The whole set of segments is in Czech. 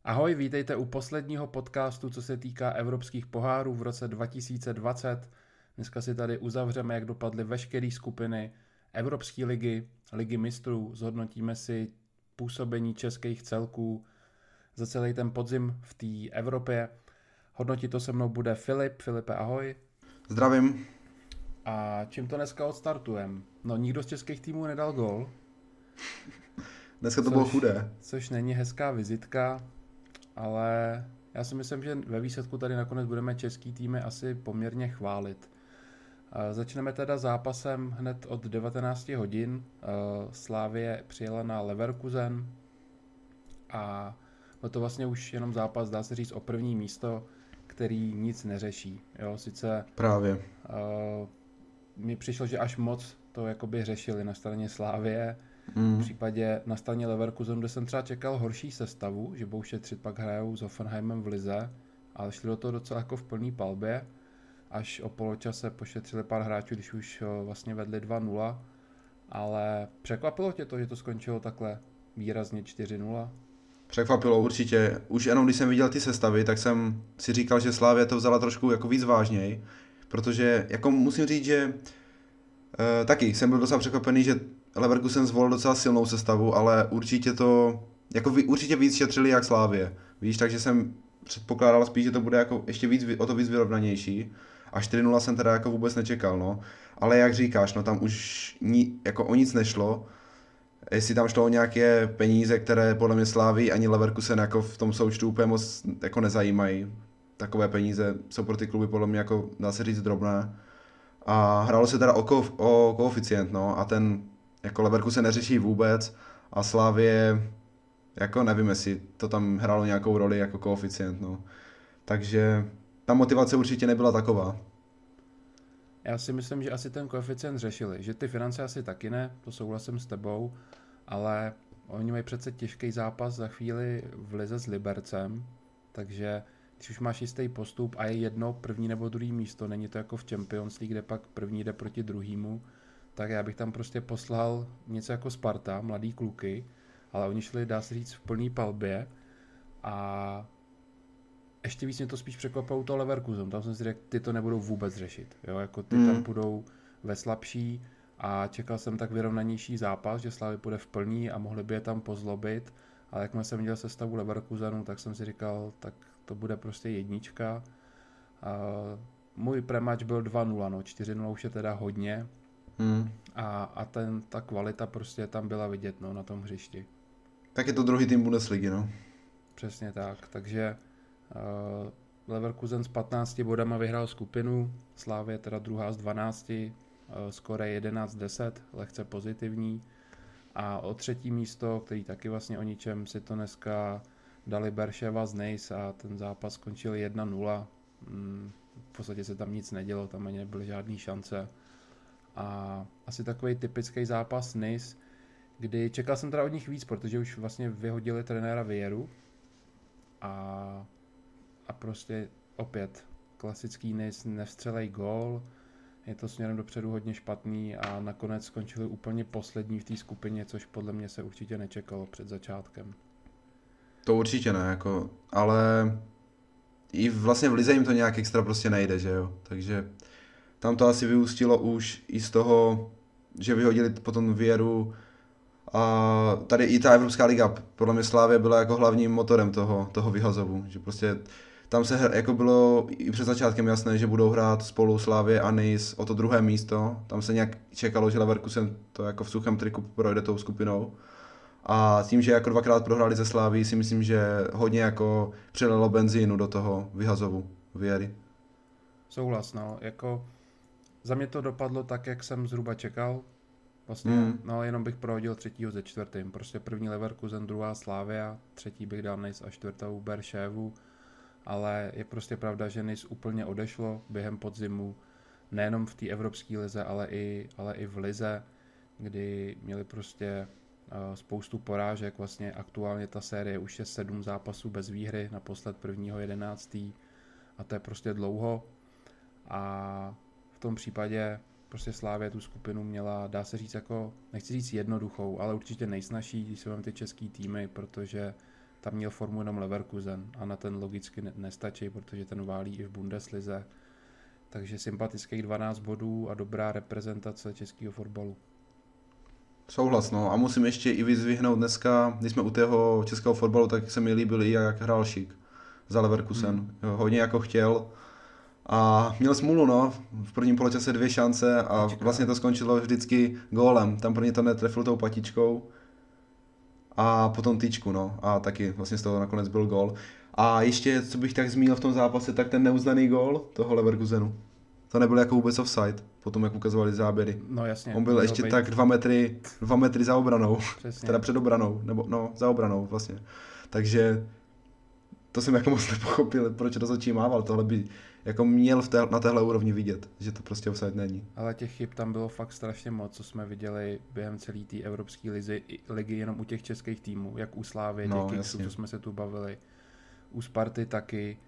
Ahoj, vítejte u posledního podcastu, co se týká evropských pohárů v roce 2020. Dneska si tady uzavřeme, jak dopadly veškeré skupiny Evropské ligy, ligy mistrů, zhodnotíme si působení českých celků za celý ten podzim v té Evropě. Hodnotit to se mnou bude Filip. Filipe, ahoj. Zdravím. A čím to dneska odstartujeme? No, nikdo z českých týmů nedal gól. Dneska to bylo chudé. Což není hezká vizitka, ale já si myslím, že ve výsledku tady nakonec budeme český týmy asi poměrně chválit. Začneme teda zápasem hned od 19 hodin. Slavie přijela na Leverkusen a byl to vlastně už jenom zápas, dá se říct, o první místo, který nic neřeší. Jo, sice právě. Mi přišlo, že až moc to jakoby řešili na straně Slavie. V případě na straně Leverkusenu, kde jsem třeba čekal horší sestavu, že budou šetřit, pak hrajou s Hoffenheimem v lize, ale šli do toho docela jako v plný palbě. Až o poločase pošetřili pár hráčů, když už vlastně vedli 2-0, ale překvapilo tě to, že to skončilo takhle výrazně 4-0? Překvapilo určitě. Už jenom když jsem viděl ty sestavy, tak jsem si říkal, že Slavia to vzala trošku jako víc vážněji, protože jako musím říct, že taky jsem byl docela překvapený, že Leverkusen zvolil docela silnou sestavu, ale určitě to, jako určitě víc šetřili jak Slavie, víš, takže jsem předpokládal spíš, že to bude jako ještě víc, o to víc vyrovnanější. A 4-0 jsem teda jako vůbec nečekal, no. Ale jak říkáš, no tam už jako o nic nešlo. Jestli tam šlo o nějaké peníze, které podle mě Slavii ani Leverkusen jako v tom součtu úplně moc jako nezajímají. Takové peníze jsou pro ty kluby podle mě jako, dá se říct, drobné. A hrálo se teda o koeficient, no. A ten jako Leverkusen neřeší vůbec. A Slavie, jako nevím, jestli to tam hrálo nějakou roli jako koeficient, no. Takže ta motivace určitě nebyla taková. Já si myslím, že asi ten koeficient řešili, že ty finance asi taky ne, to souhlasím s tebou, ale oni mají přece těžký zápas za chvíli v lize s Libercem, takže když už máš jistý postup a je jedno první nebo druhý místo, není to jako v Champions League, kde pak první jde proti druhému, tak já bych tam prostě poslal něco jako Sparta, mladý kluky, ale oni šli, dá se říct, v plný palbě a ještě víc mě to spíš překvapilo toho Leverkusenu. Tam jsem si řekl, ty to nebudou vůbec řešit. Jo? Jako ty tam budou ve slabší a čekal jsem tak vyrovnanější zápas, že Slavia půjde v plný a mohli by je tam pozlobit. Ale jakmile jsem viděl sestavu Leverkusenu, tak jsem si říkal, tak to bude prostě jednička. Můj prematch byl 2-0, no 4-0 už je teda hodně. A ta kvalita prostě tam byla vidět, no, na tom hřišti. Tak je to druhý tým Bundesligy, no. Přesně tak, takže Leverkusen s 15 bodama vyhrál skupinu, Slavie teda druhá s 12, skóre 11-10, lehce pozitivní. A o třetí místo, který taky vlastně o ničem, si to dneska dali Berševa z Nice a ten zápas skončil 1-0. V podstatě se tam nic nedělo, tam ani nebyly žádný šance. A asi takový typický zápas Nice, kdy čekal jsem teda od nich víc, protože už vlastně vyhodili trenéra Vieru a prostě opět klasický Nice, nevstřelej gól, je to směrem dopředu hodně špatný a nakonec skončili úplně poslední v té skupině, což podle mě se určitě nečekalo před začátkem. To určitě ne, jako, ale i vlastně v lize jim to nějak extra prostě nejde, že jo, takže tam to asi vyústilo už i z toho, že vyhodili potom Věru a tady i ta Evropská liga, podle mě Slavia byla jako hlavním motorem toho vyhazovu, že prostě tam se jako bylo i před začátkem jasné, že budou hrát spolu Slavia a Nice o to druhé místo. Tam se nějak čekalo, že Leverkusen to jako v suchém triku projde tou skupinou. A tím, že jako dvakrát prohráli ze Slaví, si myslím, že hodně jako přililo benzínu do toho vyhazovu Věry. Souhlas, no, jako za mě to dopadlo tak, jak jsem zhruba čekal. Vlastně, no, jenom bych prohodil třetího ze čtvrtým. Prostě první Leverkusen, druhá Slavia, třetí bych dal Nice a čtvrtou Berševu. Ale je prostě pravda, že Nice úplně odešlo během podzimu, nejenom v té evropské lize, ale i v lize, kdy měli prostě spoustu porážek. Vlastně aktuálně ta série už je 7 zápasů bez výhry, naposled 1.11. a to je prostě dlouho. A v tom případě prostě Slavia tu skupinu měla, dá se říct jako, nechci říct jednoduchou, ale určitě nejsnažší, když se vám ty český týmy, protože tam měl formu jenom Leverkusen a na ten logicky nestačí, protože ten válí i v Bundeslize. Takže sympatických 12 bodů a dobrá reprezentace českého fotbalu. Souhlas, no. A musím ještě i vyzvihnout dneska, když jsme u tého českého fotbalu, tak se mi líbil i jak hrál Šik za Leverkusen. Jo, hodně jako chtěl. A měl smůlu, no. V prvním poločase 2 šance a vlastně to skončilo vždycky gólem. Tam pro ně to netrefil tou patičkou. A potom tyčku, no. A taky vlastně z toho nakonec byl gól. A ještě, co bych tak zmínil v tom zápase, tak ten neuznaný gól toho Leverkusenu. To nebyl jako vůbec offside, potom jak ukazovali záběry. No jasně. On byl ještě tak 2 metry za obranou, Přesně. teda před obranou, nebo no, za obranou vlastně. Takže to jsem jako moc nepochopil, proč rozhodčí mával, tohle by jako měl na téhle úrovni vidět, že to prostě offside není. Ale těch chyb tam bylo fakt strašně moc, co jsme viděli během celé té evropské ligy jenom u těch českých týmů, jak u Slávy, těch Kingsů, co jsme se tu bavili, u Sparty taky.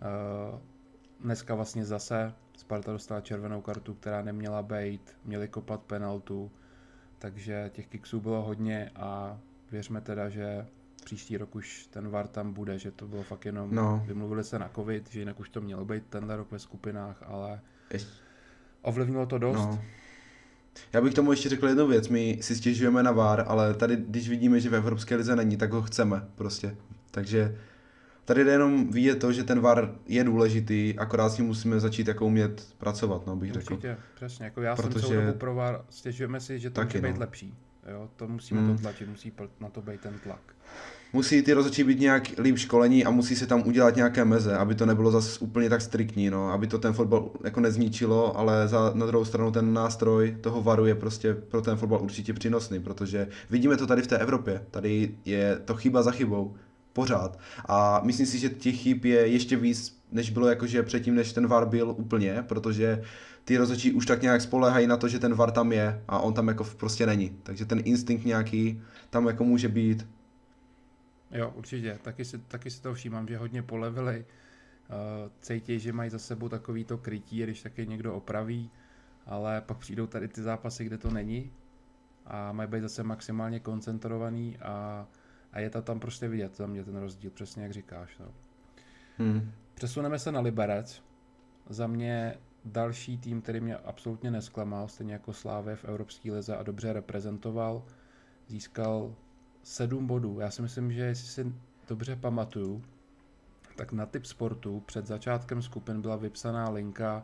Dneska vlastně zase Sparta dostala červenou kartu, která neměla být, měli kopat penaltu, takže těch kiksů bylo hodně a věřme teda, že příští rok už ten VAR tam bude, že to bylo fakt jenom, vymluvili se na covid, že jinak už to mělo být tenhle rok ve skupinách, ale ovlivnilo to dost. No. Já bych tomu ještě řekl jednu věc, my si stěžujeme na VAR, ale tady, když vidíme, že v Evropské lize není, tak ho chceme prostě, takže tady jde jenom vidět to, že ten VAR je důležitý, akorát s ním musíme začít jako umět pracovat, no, bych řekl. Určitě, přesně, jako já jsem celou dobu pro VAR, stěžujeme si, že to může být lepší, jo, to musíme to tlačit, musí na to být ten tlak. Musí ty rozhodčí být nějak líp školení a musí se tam udělat nějaké meze, aby to nebylo zase úplně tak striktní, no, aby to ten fotbal jako nezničilo, ale na druhou stranu ten nástroj toho VARu je prostě pro ten fotbal určitě přínosný, protože vidíme to tady v té Evropě, tady je to chyba za chybou. Pořád. A myslím si, že těch chyb je ještě víc, než bylo jakože předtím, než ten VAR byl úplně, protože ty rozhodčí už tak nějak spoléhají na to, že ten VAR tam je a on tam jako prostě není. Takže ten instinkt nějaký tam jako může být. Jo, určitě. Taky si to všímám, že hodně polevili. Cítí, že mají za sebou takovýto krytí, když taky někdo opraví, ale pak přijdou tady ty zápasy, kde to není a mají být zase maximálně koncentrovaný a je to tam prostě vidět, za mě ten rozdíl, přesně jak říkáš. No. Přesuneme se na Liberec. Za mě další tým, který mě absolutně nesklamal, stejně jako Slavia v Evropské lize a dobře reprezentoval, získal 7 bodů. Já si myslím, že jestli si dobře pamatuju, tak na Tip Sportu před začátkem skupin byla vypsaná linka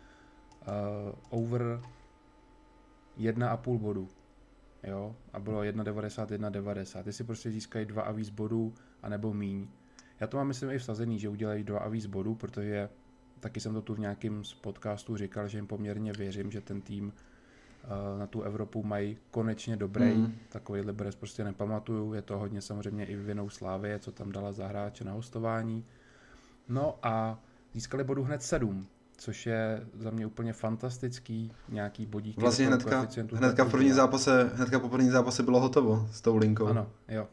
over 1,5 bodu. Jo, a bylo 1,90, jestli prostě získají 2 a víc bodů, anebo míň. Já to mám myslím i vsazený, že udělají 2 a víc bodů, protože taky jsem to tu v nějakém z podcastů říkal, že jim poměrně věřím, že ten tým na tu Evropu mají konečně dobrý. Takový Liberec prostě nepamatuju, je to hodně samozřejmě i vinou Slávie, co tam dala za hráče na hostování. No a získali bodů hned 7. Což je za mě úplně fantastický, nějaký bodíky. Vlastně hnedka po první zápase bylo hotovo s tou linkou. Ano, jo.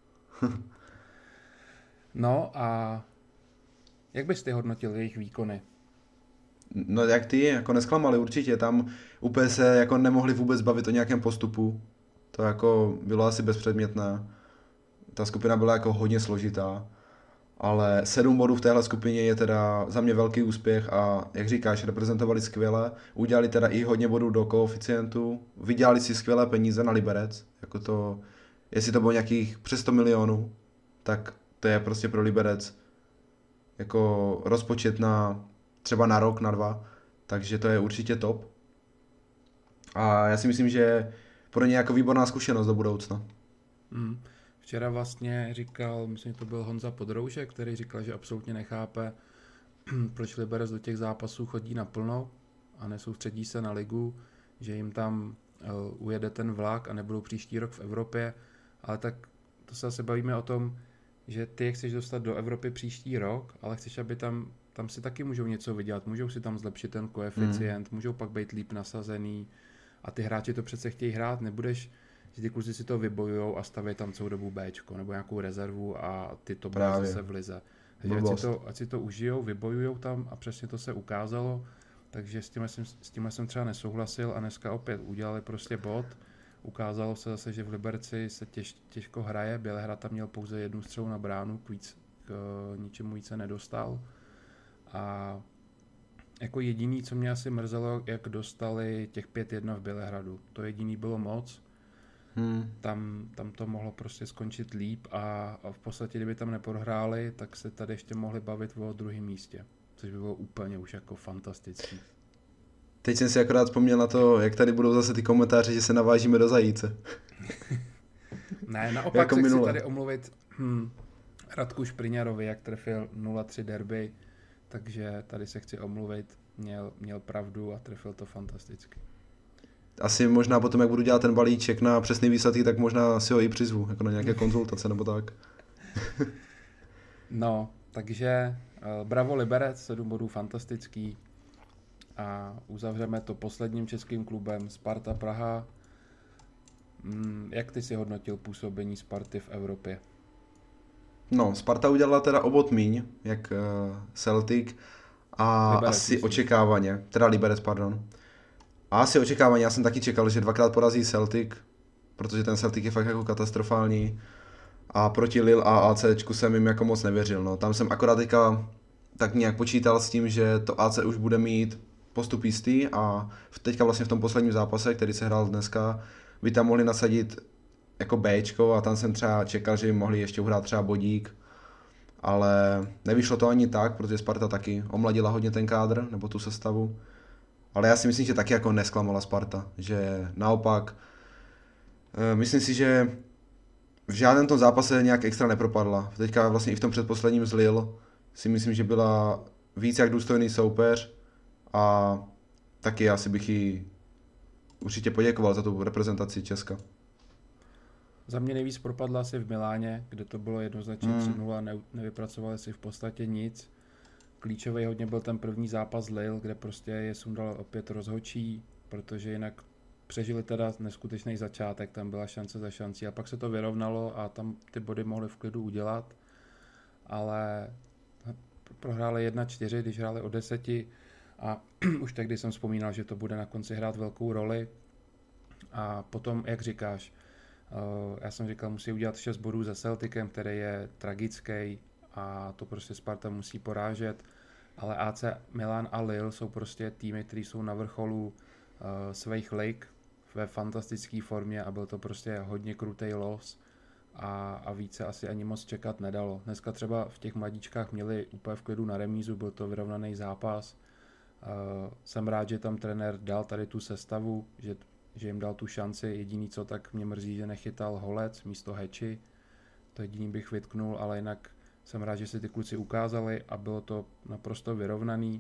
No a jak bys ty hodnotil jejich výkony? No jak ty, jako nesklamali určitě, tam úplně se jako nemohli vůbec bavit o nějakém postupu. To jako bylo asi bezpředmětné. Ta skupina byla jako hodně složitá. Ale 7 bodů v téhle skupině je teda za mě velký úspěch a jak říkáš, reprezentovali skvěle, udělali teda i hodně bodů do koeficientu, vydělali si skvělé peníze na Liberec, jako to, jestli to bylo nějakých přes 100 milionů, tak to je prostě pro Liberec jako rozpočet třeba na rok, na 2, takže to je určitě top. A já si myslím, že pro ně jako výborná zkušenost do budoucna. Včera vlastně říkal, myslím, že to byl Honza Podroušek, který říkal, že absolutně nechápe, proč Liberec do těch zápasů chodí naplno a nesoustředí se na ligu, že jim tam ujede ten vlak a nebudou příští rok v Evropě, ale tak to se zase bavíme o tom, že ty chceš dostat do Evropy příští rok, ale chceš, aby tam si taky můžou něco vydělat, můžou si tam zlepšit ten koeficient, můžou pak být líp nasazený a ty hráči to přece chtějí hrát, nebudeš že ty kluci si to vybojujou a staví tam celou dobu Bčko nebo nějakou rezervu a ty to bude zase v lize. Takže ať si to užijou, vybojujou tam a přesně to se ukázalo, takže s tím jsem třeba nesouhlasil a dneska opět udělali prostě bod, ukázalo se zase, že v Liberci se těžko hraje, Bělehrad tam měl pouze jednu střelu na bránu, k ničemu více nedostal. A jako jediný, co mě asi mrzelo, jak dostali těch 5-1 v Bělehradu. To jediný bylo moc. Tam to mohlo prostě skončit líp a v podstatě, kdyby tam neprohráli, tak se tady ještě mohli bavit o druhém místě. Což by bylo úplně už jako fantastický. Teď jsem si akorát vzpomněl na to, jak tady budou zase ty komentáře, že se navážíme do zajíce. Ne, naopak jako chci tady omluvit Radku Špriňarovi, jak trefil 0-3 derby, takže tady se chci omluvit, měl pravdu a trefil to fantasticky. Asi možná potom, jak budu dělat ten balíček na přesný výsledky, tak možná si ho i přizvu, jako na nějaké konzultace nebo tak. No, takže bravo Liberec, 7 bodů, fantastický. A uzavřeme to posledním českým klubem Sparta Praha. Jak ty si hodnotil působení Sparty v Evropě? No, Sparta udělala teda o bod míň, jak Celtic a Liberec, asi myslím. očekávaně, teda Liberec, pardon. A asi očekávaně, já jsem taky čekal, že 2krát porazí Celtic, protože ten Celtic je fakt jako katastrofální. A proti Lille a ACčku jsem jim jako moc nevěřil, no. Tam jsem akorát teďka tak nějak počítal s tím, že to AC už bude mít postup jistý a teďka vlastně v tom posledním zápase, který se hrál dneska, by tam mohli nasadit jako Bčko a tam jsem třeba čekal, že jim mohli ještě uhrát třeba bodík, ale nevyšlo to ani tak, protože Sparta taky omladila hodně ten kádr, nebo tu sestavu. Ale já si myslím, že taky jako nesklamala Sparta, že naopak, myslím si, že v žádném tom zápase nějak extra nepropadla. Teďka vlastně i v tom předposledním z Lille si myslím, že byla víc jak důstojný soupeř a taky asi bych jí určitě poděkoval za tu reprezentaci Česka. Za mě nejvíc propadla asi v Miláně, kde to bylo jednoznačně 3-0, nevypracovali si v podstatě nic. Klíčový hodně byl ten první zápas Lille, kde prostě je sundal opět rozhodčí, protože jinak přežili teda neskutečný začátek, tam byla šance za šancí a pak se to vyrovnalo a tam ty body mohli v klidu udělat, ale prohráli 1-4, když hráli o 10 a už tehdy jsem vzpomínal, že to bude na konci hrát velkou roli a potom, jak říkáš, já jsem říkal, musí udělat 6 bodů za Celticem, který je tragický a to prostě Sparta musí porážet, ale AC Milan a Lille jsou prostě týmy, které jsou na vrcholu svých lig ve fantastické formě a byl to prostě hodně krutej los a více asi ani moc čekat nedalo. Dneska třeba v těch mladíčkách měli úplně v klidu na remízu, byl to vyrovnaný zápas. Jsem rád, že tam trenér dal tady tu sestavu, že jim dal tu šanci. Jediný co, tak mě mrzí, že nechytal Holec místo Heči. To jediný bych vytknul, ale jinak jsem rád, že si ty kluci ukázali a bylo to naprosto vyrovnaný.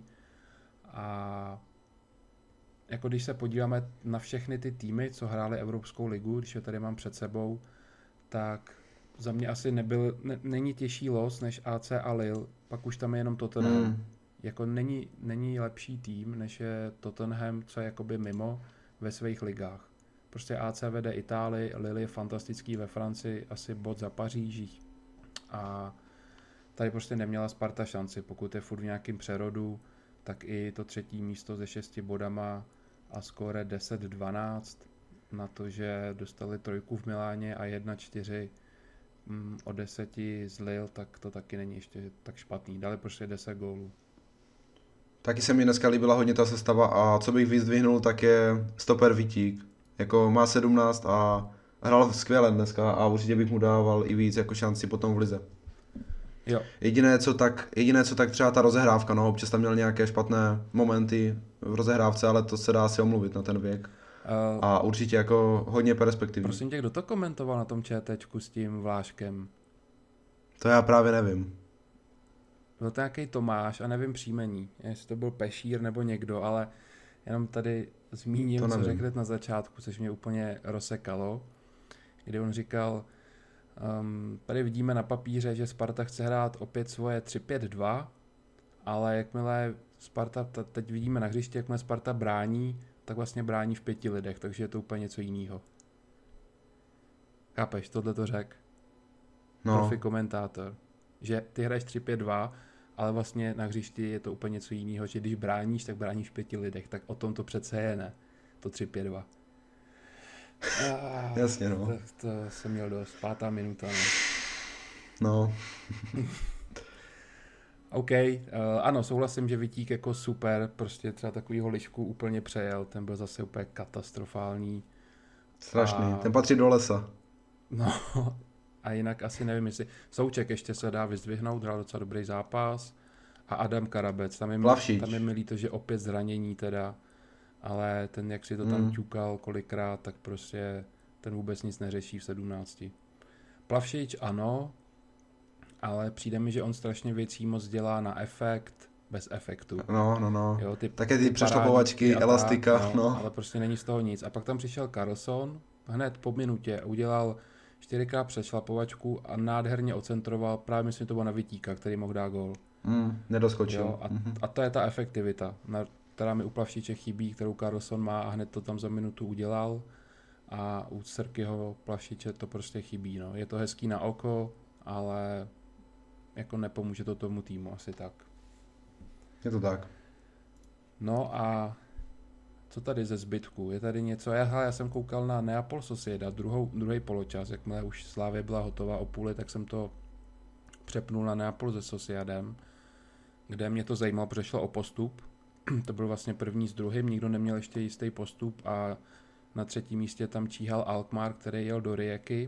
A jako když se podíváme na všechny ty týmy, co hráli Evropskou ligu, když je tady mám před sebou, tak za mě asi není těžší los než AC a Lille, pak už tam je jenom Tottenham. Jako není lepší tým, než je Tottenham, co je jakoby mimo ve svých ligách. Prostě AC vede Itálii, Lille je fantastický ve Francii, asi bod za Paříží. A tady prostě neměla Sparta šanci, pokud je furt v nějakým přerodu, tak i to třetí místo se 6 bodama a skóre 10-12 na to, že dostali 3 v Miláně a 1-4 o 10 z Lille, tak to taky není ještě tak špatný. Dali prostě 10 gólů. Taky se mi dneska líbila hodně ta sestava a co bych vyzdvihnul, tak je stoper Vítík. Jako má 17 a hrál skvěle dneska a určitě bych mu dával i víc jako šanci potom v lize. Jo. Jediné co tak třeba ta rozehrávka, no občas tam měl nějaké špatné momenty v rozehrávce, ale to se dá si omluvit na ten věk. A určitě jako hodně perspektivní. Prosím tě, kdo to komentoval na tom ČTčku s tím Vláškem? To já právě nevím. Byl to nějaký Tomáš a nevím příjmení, jestli to byl Pešír nebo někdo, ale jenom tady zmíním, co řekl na začátku, což mě úplně rozsekalo, kdy on říkal, tady vidíme na papíře, že Sparta chce hrát opět svoje 3-5-2, ale jakmile Sparta, teď vidíme na hřišti, jakmile Sparta brání, tak vlastně brání v 5 lidech, takže je to úplně něco jiného. Chápeš, tohle to řekl? No. Profi komentátor. Že ty hraješ 3-5-2, ale vlastně na hřišti je to úplně něco jiného, že když bráníš, tak bráníš v 5 lidech, tak o tom to přece je, ne? To 3-5-2. Jasně, no. To jsem měl dost, 5. minuta, no. No, OK, ano, souhlasím, že Vytík jako super, prostě třeba takovýho Lišku úplně přejel, ten byl zase úplně katastrofální. strašný. Ten patří do lesa. No, a jinak asi nevím, jestli Souček ještě se dá vyzdvihnout, hrál docela dobrý zápas. A Adam Karabec, tam je mi líto, že opět zranění teda, ale ten, jak si to tam ťukal kolikrát, tak prostě ten vůbec nic neřeší v 17. Plavšič ano, ale přijde mi, že on strašně věcí moc dělá na efekt, bez efektu. No. Jo, také ty přešlapovačky, elastika, tak, no. Ale prostě není z toho nic. A pak tam přišel Carlson, hned po minutě udělal 4x přešlapovačku a nádherně ocentroval, právě myslím, to bylo na Vytíka, který mohl dát gól. Nedoskočil. Jo, a to je ta efektivita, která mi u Plavšiče chybí, kterou Carlson má a hned to tam za minutu udělal. A u Srkyho Plavšiče to prostě chybí. No. Je to hezký na oko, ale jako nepomůže to tomu týmu, asi tak. Je to tak. No a co tady ze zbytku? Je tady něco? Já jsem koukal na Neapol Sociedad, druhý poločas, jakmile už Slavia byla hotová o půli, tak jsem to přepnul na Neapol se Sociedadem, kde mě to zajímalo, protože šlo o postup. To byl vlastně první s druhým, nikdo neměl ještě jistý postup a na 3. místě tam číhal Alkmaar, který jel do Rijeky.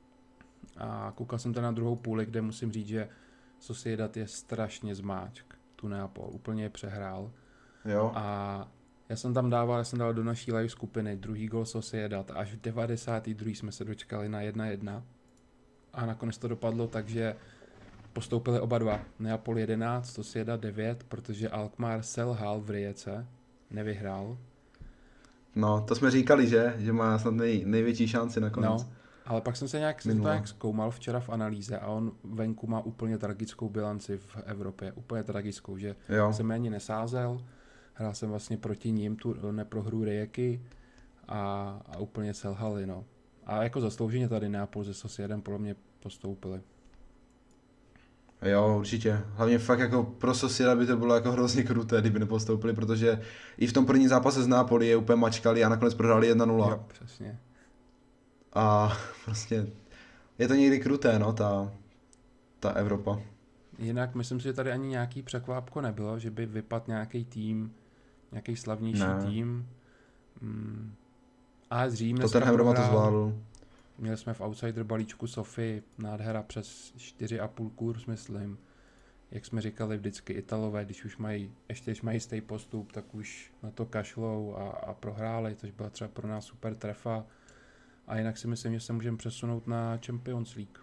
A koukal jsem tam na druhou půli, kde musím říct, že Sociedad je strašně zmáčk. Tu Neapol úplně je přehrál. Jo. A já jsem dal do naší live skupiny druhý gol Sociedad a až v 92. jsme se dočkali na 1-1. A nakonec to dopadlo tak, že postoupili oba dva. Neapol 11, Sociedad 9, protože Alkmaar selhal v Rijece, nevyhrál. No, to jsme říkali, že má snad největší šanci nakonec. No, ale pak jsem se nějak zkoumal včera v analýze a on venku má úplně tragickou bilanci v Evropě. Úplně tragickou, že jsem ani nesázel. Hrál jsem vlastně proti ním tu neprohru Rijeky a úplně selhali, no. A jako zaslouženě tady Neapol se Sociedadem podle mě postoupili. Jo, určitě. Hlavně fakt jako pro Sociedad by to bylo jako hrozně kruté, kdyby nepostoupili, protože i v tom prvním zápase z Napoli je úplně mačkali a nakonec prohráli 1-0. Jo, přesně. A prostě je to někdy kruté, no, ta Evropa. Jinak myslím si, že tady ani nějaký překvápko nebylo, že by vypadl nějaký tým, nějaký slavnější tým. AS Řím Tottenham Roma to zvládl. Měli jsme v outsider balíčku Sofii, nádhera přes 4,5 kurz, myslím. Jak jsme říkali vždycky, Italové, když mají jistý postup, tak už na to kašlou a prohráli, což byla třeba pro nás super trefa. A jinak si myslím, že se můžeme přesunout na Champions League.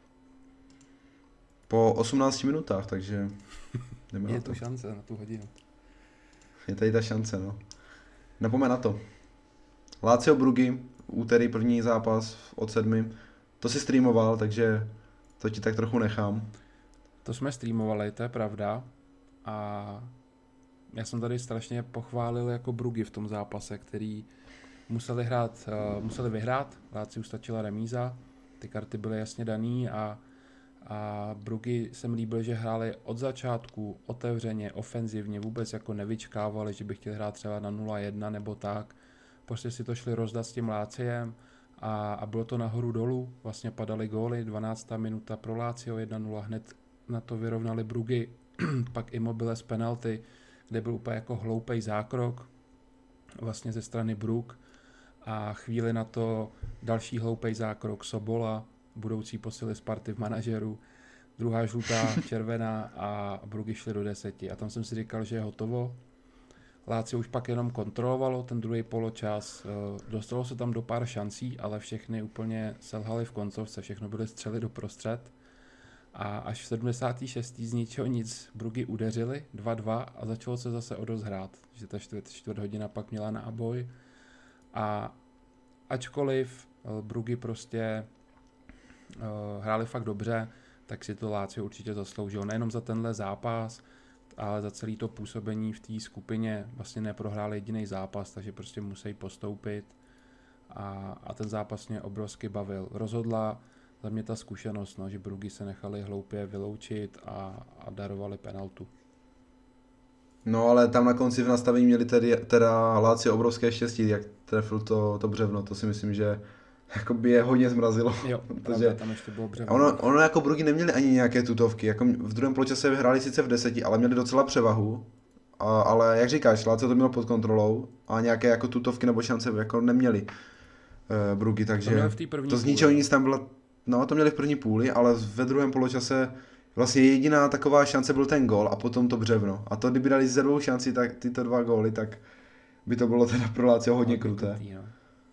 Po 18 minutách, takže je to šance na tu hodinu. Je tady ta šance, no. Napomeň na to. Lazio Bruggy, úterý první zápas od 7. To si streamoval, takže to ti tak trochu nechám. To jsme streamovali, to je pravda. A já jsem tady strašně pochválil jako Bruggy v tom zápase, který museli vyhrát. Lazio stačila remíza, ty karty byly jasně daný a Bruggy jsem líbil, že hráli od začátku otevřeně, ofenzivně, vůbec jako nevyčkávali, že by chtěli hrát třeba na 0-1 nebo tak. Prostě si to šli rozdat s tím Láciem a bylo to nahoru dolů, vlastně padaly góly, 12. minuta pro Lazio 1-0, hned na to vyrovnali Bruggy, pak Immobile z penalty, kde byl úplně jako hloupej zákrok vlastně ze strany Brugg a chvíli na to další hloupej zákrok Sobola, budoucí posily Sparty v manažeru, druhá žlutá, červená a Bruggy šli do 10. A tam jsem si říkal, že je hotovo. Lazio už pak jenom kontrolovalo ten druhý poločas, dostalo se tam do pár šancí, ale všechny úplně selhaly v koncovce, všechno byly střely do prostřed. A až v 76. z ničeho nic Bruggy udeřili 2-2 a začalo se zase odozhrát, že ta čtvrt hodina pak měla náboj. A ačkoliv Bruggy prostě hráli fakt dobře, tak si to Lazio určitě zasloužil. Nejenom za tenhle zápas, ale za celé to působení v té skupině vlastně neprohráli jediný zápas, takže prostě musí postoupit a ten zápas mě obrovsky bavil. Rozhodla za mě ta zkušenost, no, že Bruggy se nechali hloupě vyloučit a darovali penaltu. No ale tam na konci v nastavení měli teda Lazio obrovské štěstí, jak trefil to břevno, to si myslím, že jakoby je hodně zmrazilo. Jo, protože pravda, tam ještě bylo břevo. ono jako Brugy neměli ani nějaké tutovky, jako v druhém poločase vyhráli sice v 10, ale měli docela převahu, ale jak říkáš, Lazio to mělo pod kontrolou a nějaké jako tutovky nebo šance jako neměli Brugy, takže to z ničeho nic tam bylo, no to měli v první půli, ale ve druhém poločase vlastně jediná taková šance byl ten gól a potom to břevno. A to kdyby dali ze dvou šancí tak tyto 2 góly, tak by to bylo teda pro Lazio hodně kruté. Krutý, no.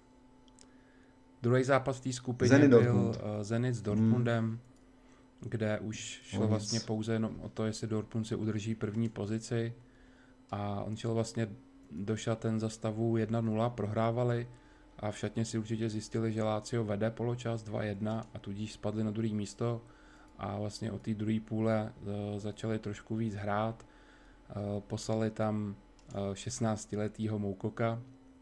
Druhý zápas v té skupině byl Zenit s Dortmundem, kde už šlo vlastně pouze jenom o to, jestli Dortmund si udrží první pozici a on šel vlastně do šaten za stavu 1-0, prohrávali a v šatně si určitě zjistili, že Lazio vede poločas 2-1 a tudíž spadli na druhé místo a vlastně od té druhé půle začali trošku víc hrát. Poslali tam 16letýho Moukoka,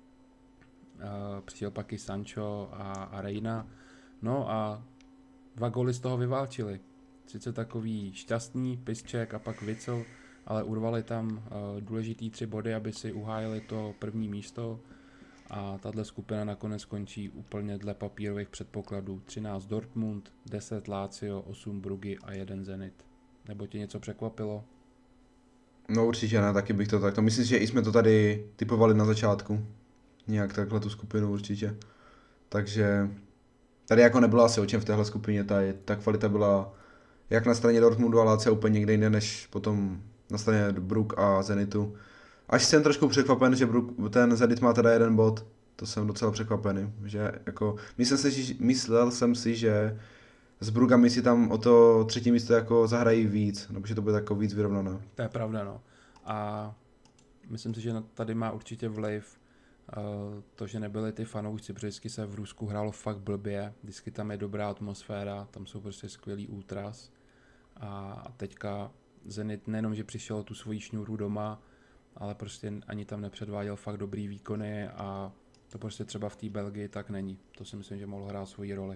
přišel pak i Sancho a Reina, no a 2 góly z toho vyválčili. Sice takový šťastný Piszczek a pak Witsel, ale urvali tam důležitý 3 body, aby si uhájili to první místo a tahle skupina nakonec skončí úplně dle papírových předpokladů. 13 Dortmund, 10 Lazio, 8 Brugy a 1 Zenit. Nebo tě něco překvapilo? No určitě ne, taky bych to takto. Myslím, že i jsme to tady typovali na začátku. Nějak takhle tu skupinu určitě. Takže tady jako nebylo asi o čem v téhle skupině. Ta kvalita byla jak na straně Dortmundu a Lazio úplně někde jinde, než potom na straně Brugg a Zenitu. Až jsem trošku překvapen, že ten Zenit má teda 1 bod. To jsem docela překvapený. Že jako, myslel jsem si, že s Brugami si tam o to 3. místo jako zahrají víc, nebo že to bude jako víc vyrovnané. To je pravda, no. A myslím si, že tady má určitě vliv to, že nebyli ty fanoušci, protože vždycky se v Rusku hrálo fakt blbě, vždycky tam je dobrá atmosféra, tam jsou prostě skvělý útras a teďka Zenit nejenom, že přišel tu svoji šňůru doma, ale prostě ani tam nepředváděl fakt dobrý výkony a to prostě třeba v té Belgii tak není. To si myslím, že mohlo hrát svoji roli.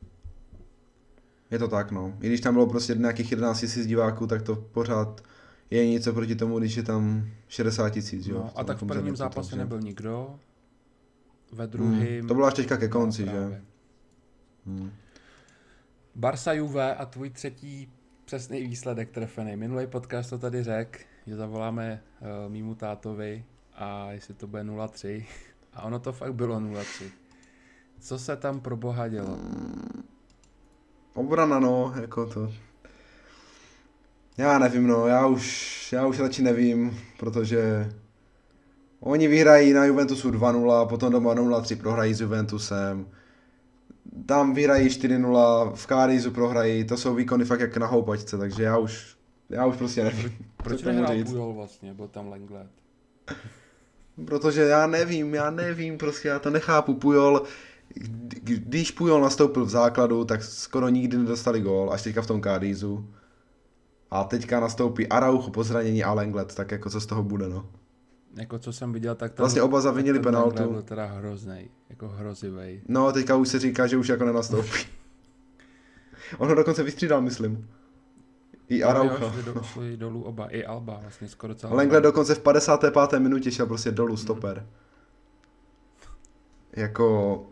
Je to tak, no. I když tam bylo prostě nějakých 11 000 diváků, tak to pořád je něco proti tomu, když je tam 60 000, jo. No, a tak v prvním zápase nebyl nikdo, ve druhém... To bylo až teďka ke konci, že? Barca Juve a tvůj třetí přesný výsledek trefený. Minulý podcast to tady řekl, že zavoláme mýmu tátovi a jestli to bude 0-3 a ono to fakt bylo 0-3. Co se tam pro boha dělo? Obrana, no, jako to... Já nevím, no, já už radši nevím, protože oni vyhrají na Juventusu 2-0, potom doma 0-3 prohrají s Juventusem, tam vyhrají 4-0, v Kárizu prohrají, to jsou výkony fakt jak na houpačce, takže já už prostě nevím. Proč nehrál Pujol vlastně, byl tam Lenglet? Protože já nevím, prostě já to nechápu, Pujol, když Pujol nastoupil v základu, tak skoro nikdy nedostali gól, až teďka v tom Kárizu. A teďka nastoupí Araujo po zranění a Lenglet, tak jako co z toho bude, no. Jako co jsem viděl, tak vlastně oba zavinili penaltu. Lenglet byl teda hroznej, jako hrozivej. No, teďka už se říká, že už jako nenastoupí. On ho dokonce vystřídal, myslím. I Araujo. Šli dolů oba, i Alba, vlastně skoro celá. Lenglet dokonce v 55. minutě šel prostě dolů stoper. Jako...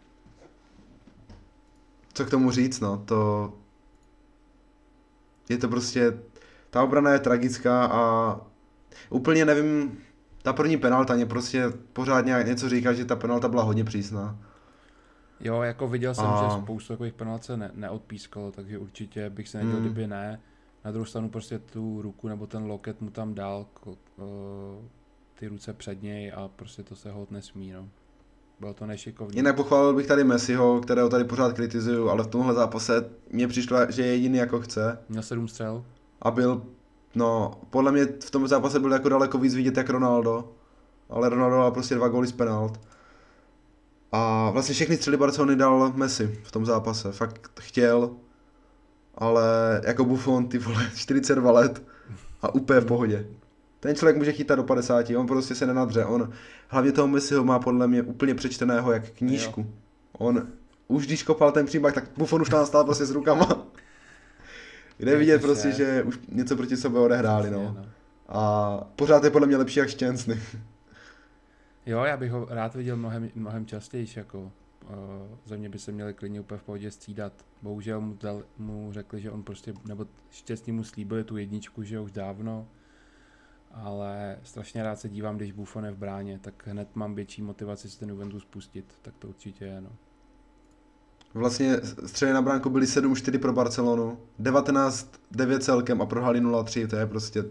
Co k tomu říct, no, to... Je to prostě, ta obrana je tragická a úplně nevím, ta první penalta mě prostě pořád něco říká, že ta penalta byla hodně přísná. Jo, jako viděl jsem, že spoustu takových penalt se neodpískalo, takže určitě bych se nedělal, kdyby ne. Na druhou stranu prostě tu ruku nebo ten loket mu tam dal, ty ruce před něj a prostě to se holt nesmí, no. Bylo to nešikovné. Jinak pochválil bych tady Messiho, kterého tady pořád kritizuju, ale v tomhle zápase mně přišlo, že je jediný jako chce. Měl 7 střel. A byl, no, podle mě v tom zápase byl jako daleko víc vidět jak Ronaldo, ale Ronaldo dal prostě 2 góly z penalt. A vlastně všechny střely Barcelony dal Messi v tom zápase, fakt chtěl, ale jako Buffon, ty vole, 42 let a úplně v pohodě. Ten člověk může chytat do 50, on prostě se nenadře, on hlavně toho Messiho má podle mě úplně přečteného jak knížku. Jo. On už když kopal ten přímák, tak Buffon už tam stál prostě s rukama. Jde vidět prostě, že už něco proti sobě odehráli, no. A pořád je podle mě lepší jak Štěncny. Jo, já bych ho rád viděl mnohem častěji, jako za mě by se měli klidně úplně v pohodě střídat. Bohužel mu řekli, že on prostě, nebo štěstí mu slíbili tu jedničku, že už dávno, ale strašně rád se dívám, když Buffon je v bráně, tak hned mám větší motivaci si ten Juventus pustit, tak to určitě je, no. Vlastně střely na bránku byly 7-4 pro Barcelonu, 19-9 celkem a prohráli 0-3, to je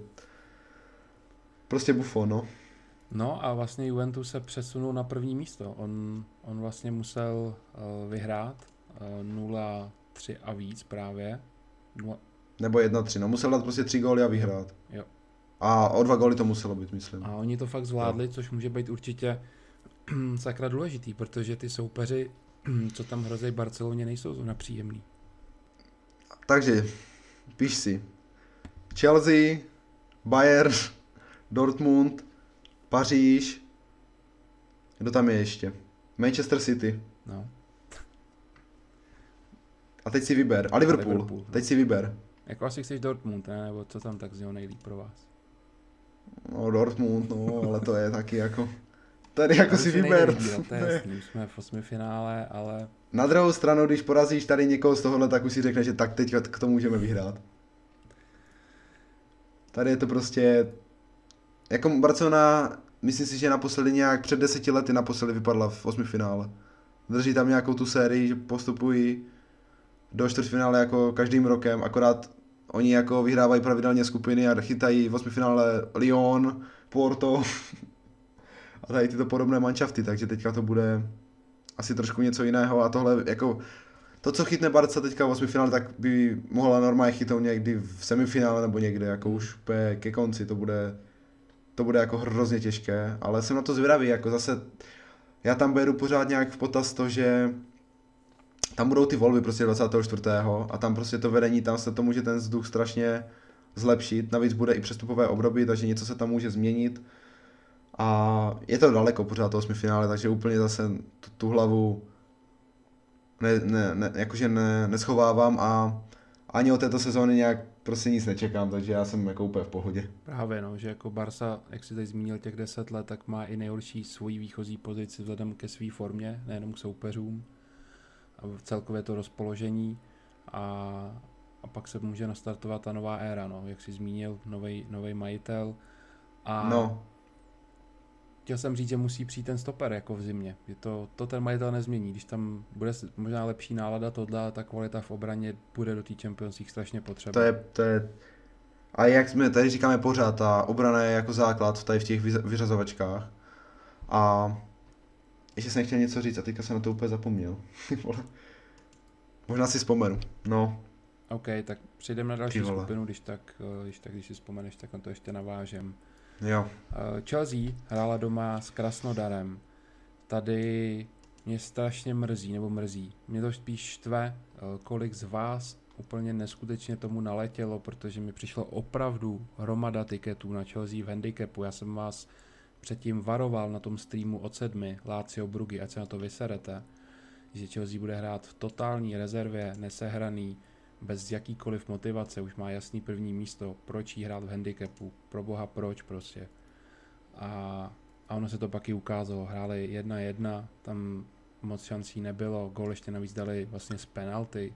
prostě Buffon, no. No a vlastně Juventus se přesunul na první místo. On vlastně musel vyhrát 0-3 a víc právě. Nebo 1-3, no musel dát prostě 3 góly a vyhrát. Jo. A o 2 góly to muselo být, myslím. A oni to fakt zvládli, což může být určitě sakra důležitý, protože ty soupeři, co tam hrozí Barceloně, nejsou zrovna příjemný. Takže, píš si. Chelsea, Bayern, Dortmund, Paříž, kdo tam je ještě? Manchester City. No. A teď si vyber. A Liverpool. Teď si vyber. Jako asi chceš Dortmund, ne? Nebo co tam tak znělo nejlíp pro vás? No Dortmund, no, ale to je taky jako... Tady jako si vyber. To je jasný, jsme v 8. finále, ale... Na druhou stranu, když porazíš tady někoho z tohohle, tak už si řekne, že tak teď to můžeme vyhrát. Tady je to prostě... Jako Barcelona, myslím si, že naposledy nějak před 10 lety naposledy vypadla v 8. finále. Drží tam nějakou tu sérii, že postupují do čtvrtfinále jako každým rokem, akorát oni jako vyhrávají pravidelně skupiny a chytají v 8. finále Lyon, Porto a tady tyto podobné manšafty, takže teďka to bude asi trošku něco jiného a tohle jako to, co chytne Barca teďka v 8. finále, tak by mohla normálně chytnout někdy v semifinále nebo někde, jako už ke konci, to bude jako hrozně těžké, ale jsem na to zvědavý, jako zase já tam beru pořád nějak v potaz to, že tam budou ty volby prostě 24. a tam prostě to vedení, tam se to může ten vzduch strašně zlepšit, navíc bude i přestupové období, takže něco se tam může změnit a je to daleko pořád to 8. finále, takže úplně zase tu hlavu jakože neschovávám a ani od této sezóny nějak prostě nic nečekám, takže já jsem jako úplně v pohodě. Právě no, že jako Barca, jak si teď zmínil těch 10 let, tak má i nejhorší svoji výchozí pozici vzhledem ke své formě, nejenom k soupeřům a celkově to rozpoložení a pak se může nastartovat ta nová éra, no, jak jsi zmínil, nový majitel a no. Chtěl jsem říct, že musí přijít ten stoper jako v zimě. To ten majitel nezmění. Když tam bude možná lepší nálada tohle, ta kvalita v obraně bude do té Champions League strašně potřeba. To je... A jak jsme tady říkáme pořád, ta obrana je jako základ tady v těch vyřazovačkách. A ještě jsem chtěl něco říct a teďka jsem na to úplně zapomněl. Možná si vzpomenu. No. OK, tak přejdeme na další skupinu, když si vzpomeneš, tak na to ještě navážem. Jo. Chelsea hrála doma s Krasnodarem. Tady mě strašně mrzí. Mě to spíš štve, kolik z vás úplně neskutečně tomu naletělo, protože mi přišlo opravdu hromada tiketů na Chelsea v handicapu. Já jsem vás předtím varoval na tom streamu od 7. Lazio Bruggy, ať se na to vyserete, že Chelsea bude hrát v totální rezervě, nesehraný, bez jakýkoliv motivace, už má jasný první místo, proč jí hrát v handicapu, pro boha proč prostě. A ono se to pak i ukázalo, hráli 1-1, tam moc šancí nebylo, gól ještě navíc dali vlastně z penalty,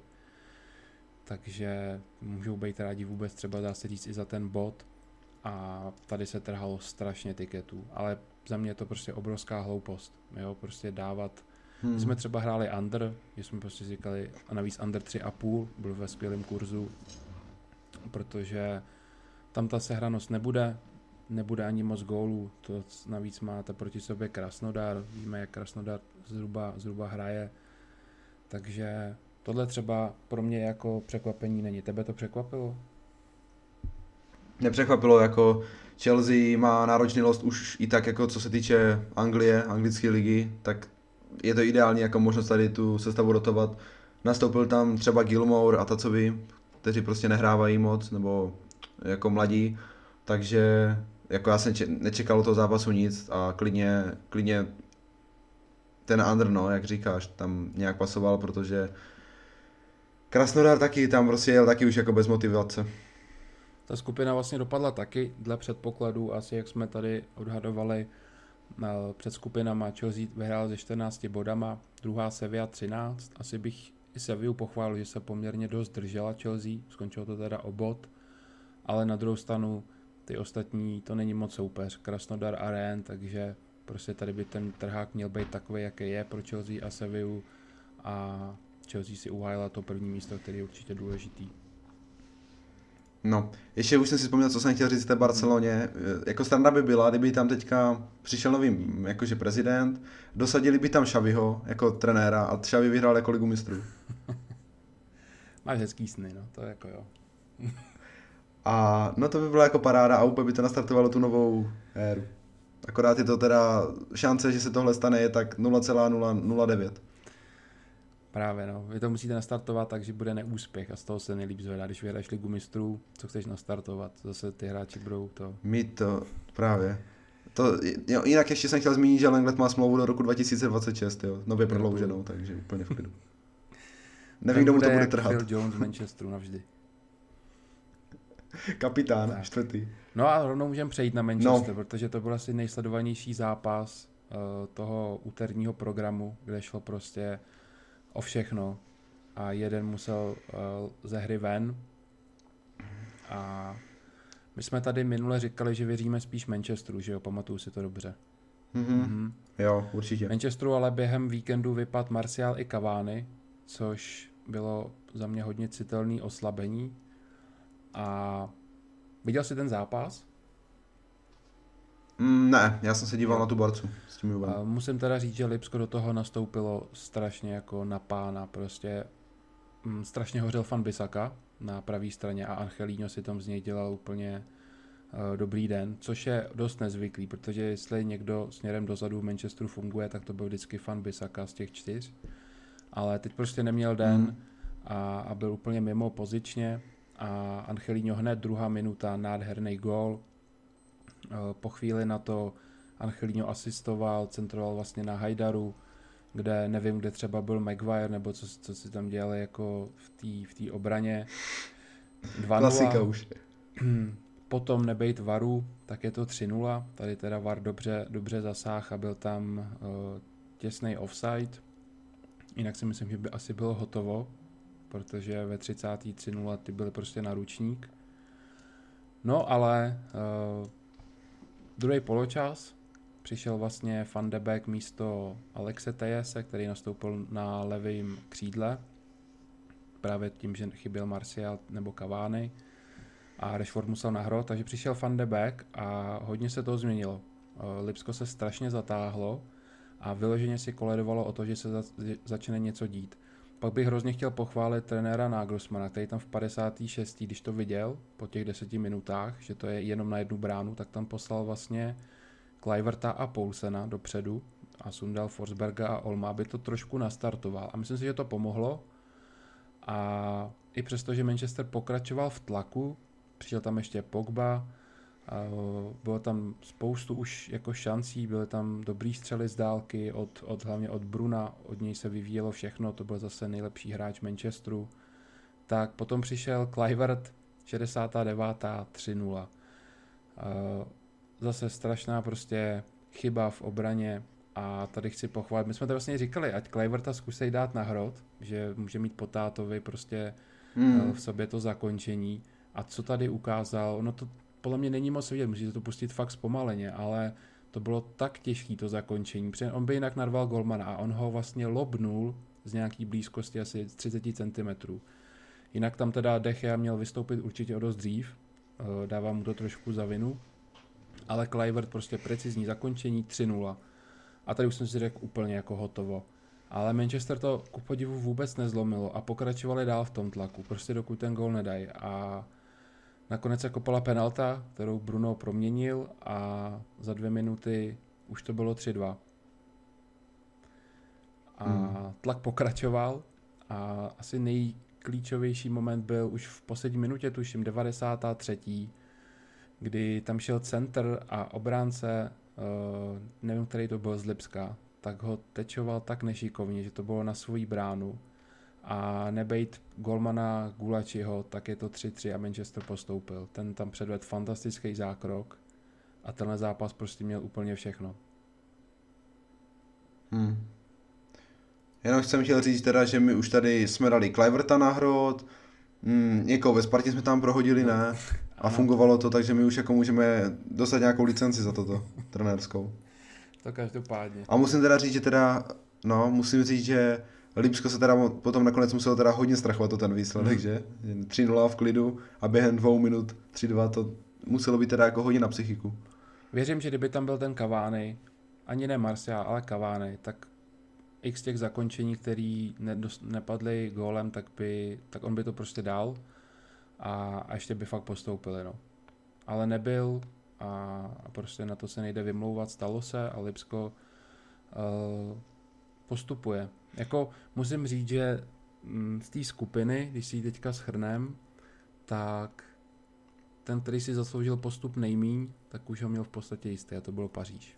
takže můžou být rádi vůbec třeba dá se říct i za ten bod a tady se trhalo strašně tiketů, ale za mě je to prostě obrovská hloupost, jo, prostě dávat. My jsme třeba hráli under, že jsme prostě říkali, a navíc under 3,5, byl ve skvělém kurzu, protože tam ta sehranost nebude ani moc gólů, to navíc máte proti sobě Krasnodar, víme, jak Krasnodar zhruba hraje, takže tohle třeba pro mě jako překvapení není. Tebe to překvapilo? Nepřekvapilo, jako Chelsea má náročný lost už i tak, jako co se týče Anglie, anglické ligy, tak je to ideální jako možnost tady tu sestavu rotovat. Nastoupil tam třeba Gilmour a Tacovi, kteří prostě nehrávají moc, nebo jako mladí, takže jako já jsem nečekal toho zápasu nic a klidně ten under, no, jak říkáš, tam nějak pasoval, protože Krasnodar taky tam prostě jel taky už jako bez motivace. Ta skupina vlastně dopadla taky dle předpokladů, asi jak jsme tady odhadovali, Před skupinama Chelsea vyhrál se 14 bodama, druhá Sevilla 13. Asi bych i Sevillu pochválil, že se poměrně dost držela Chelsea, skončilo to teda o bod, ale na druhou stranu ty ostatní to není moc soupeř, Krasnodar a Rennes, takže prostě tady by ten trhák měl být takový, jaký je pro Chelsea a Sevillu a Chelsea si uhájila to první místo, který je určitě důležitý. No, ještě už jsem si vzpomněl, co jsem chtěl říct v té Barceloně. Jako strana by byla, kdyby tam teďka přišel nový jakože prezident, dosadili by tam Xaviho jako trenéra a Xavi vyhrál jako Ligu mistrů. Máš hezký sny, no, to jako jo. A no to by byla jako paráda a úplně by to nastartovalo tu novou éru. Akorát je to teda šance, že se tohle stane, je tak 0,009. Právě, no. Vy to musíte nastartovat tak, že bude neúspěch a z toho se nejlíp zvedá. Když vyhráš Ligu mistrů, co chceš nastartovat? Zase ty hráči budou to... Mít to, právě. Jo, jinak ještě jsem chtěl zmínit, že Lenglet má smlouvu do roku 2026, jo. Nově prodlouženou, takže úplně v klidu. Nevím, kdo mu to bude trhat. Phil Jones v Manchesteru navždy. Kapitán, čtvrtý. No a rovnou můžeme přejít na Manchester, protože to byl asi nejsledovanější zápas toho úterního programu, kde šlo prostě o všechno a jeden musel ze hry ven a my jsme tady minule říkali, že věříme spíš Manchesteru, že jo, pamatuju si to dobře. Mm-hmm. Jo, určitě. Manchesteru ale během víkendu vypadl Martial i Cavani, což bylo za mě hodně citelné oslabení. A viděl jsi ten zápas? Ne, já jsem se díval na tu Barcu s tím Juvem. Musím teda říct, že Lipsko do toho nastoupilo strašně jako na pána, prostě strašně hořel Wan-Bissaka na pravé straně a Angelino si tam z něj dělal úplně dobrý den, což je dost nezvyklý, protože jestli někdo směrem dozadu v Manchesteru funguje, tak to byl vždycky Wan-Bissaka z těch 4, ale teď prostě neměl den a byl úplně mimo pozičně a Angelino hned druhá minuta, nádherný gól. Po chvíli na to Angelino asistoval, centroval vlastně na Hajdaru, kde nevím, kde třeba byl Maguire, nebo co si tam dělali jako v té obraně. 2-0. Klasika už. Potom nebejt VARu, tak je to 3-0. Tady teda VAR dobře zasáhl a byl tam těsný offside. Jinak si myslím, že by asi bylo hotovo, protože ve 33-0 ty byly prostě na ručník. No ale druhý poločas přišel vlastně Van de Beek místo Alexe Tejese, který nastoupil na levém křídle. Právě tím, že chyběl Martial nebo Cavani a Rashford musel na hro, takže přišel Van de Beek a hodně se to změnilo. Lipsko se strašně zatáhlo a vyloženě si koledovalo o to, že se začne něco dít. Pak bych hrozně chtěl pochválit trenéra Nagelsmana, který tam v 56. když to viděl po těch 10 minutách, že to je jenom na jednu bránu, tak tam poslal vlastně Kluiverta a Poulsena dopředu a sundal Forsberga a Olma, aby to trošku nastartoval. A myslím si, že to pomohlo. A i přesto, že Manchester pokračoval v tlaku, přišel tam ještě Pogba, bylo tam spoustu už jako šancí, byly tam dobrý střely z dálky, hlavně od Bruna, od něj se vyvíjelo všechno, to byl zase nejlepší hráč Manchesteru. Tak potom přišel Kluivert, 69. 3-0. Zase strašná prostě chyba v obraně a tady chci pochválit. My jsme to vlastně říkali, ať Kluiverta zkusej dát na hrot, že může mít po tátovi prostě v sobě to zakončení. A co tady ukázal, ono to podle mě není moc vidět, musíte to pustit fakt zpomaleně, ale to bylo tak těžké to zakončení, protože on by jinak narval golmana a on ho vlastně lobnul z nějaký blízkosti asi 30 cm. Jinak tam teda De Gea měl vystoupit určitě o dost dřív, dávám mu to trošku za vinu, ale Kluivert prostě precizní zakončení 3-0. A tady už jsem si řekl úplně jako hotovo. Ale Manchester to ku podivu vůbec nezlomilo a pokračovali dál v tom tlaku, prostě dokud ten gól nedají. A nakonec se kopala penalta, kterou Bruno proměnil a za 2 minuty už to bylo 3-2. A tlak pokračoval a asi nejklíčovější moment byl už v poslední minutě, tuším 93. kdy tam šel center a obránce, nevím, který to byl z Lipska, tak ho tečoval tak nešikovně, že to bylo na svoji bránu a nebejt golmana Gulačiho, tak je to 3-3 a Manchester postoupil. Ten tam předvedl fantastický zákrok a tenhle zápas prostě měl úplně všechno. Hmm. Jenom jsem chtěl říct teda, že my už tady jsme dali Kluiverta na hrot, někoho ve Spartě jsme tam prohodili, ne? A fungovalo to, takže my už jako můžeme dostat nějakou licenci za toto, trenérskou. To každopádně. A musím teda říct, že teda, musím říct, že Lipsko se teda potom nakonec muselo teda hodně strachovat o ten výsledek, že? 3-0 v klidu a během 2 minut 3-2 to muselo být teda jako hodně na psychiku. Věřím, že kdyby tam byl ten Cavani, ani ne Martial, ale Cavani, tak x těch zakončení, který nepadly gólem, tak on by to prostě dal a ještě by fakt postoupili, no. Ale nebyl a prostě na to se nejde vymlouvat, stalo se a Lipsko postupuje. Jako musím říct, že z té skupiny, když si ji teďka shrnem, tak ten, který si zasloužil postup nejmíň, tak už ho měl v podstatě jistý a to bylo Paříž.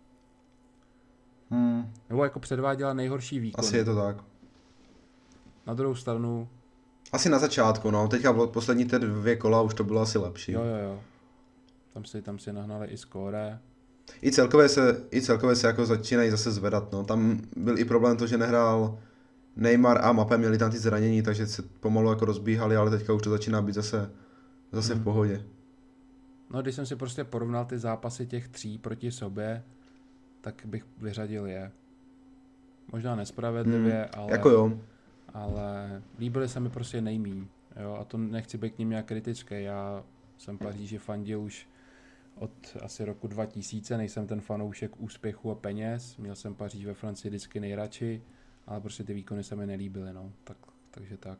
Nebo jako předváděla nejhorší výkon. Asi je to tak. Na druhou stranu... Asi na začátku, no. Teďka poslední ty 2 kola už to bylo asi lepší. Jo. Tam si nahnali i skóre. I celkově se jako začínají zase zvedat, no. Tam byl i problém to, že nehrál Neymar a Mbappé, měli tam ty zranění, takže se pomalu jako rozbíhali, ale teďka už to začíná být zase v pohodě. No, když jsem si prostě porovnal ty zápasy těch 3 proti sobě, tak bych vyřadil je. Možná nespravedlivě, ale... Jako jo. Ale líbily se mi prostě nejmíň. Jo? A to nechci být k ním nějak kritický. Já jsem Paříži fandil už od asi roku 2000, nejsem ten fanoušek úspěchu a peněz. Měl jsem Paříž ve Francii vždycky nejradši, ale prostě ty výkony se mi nelíbily. No. Takže tak.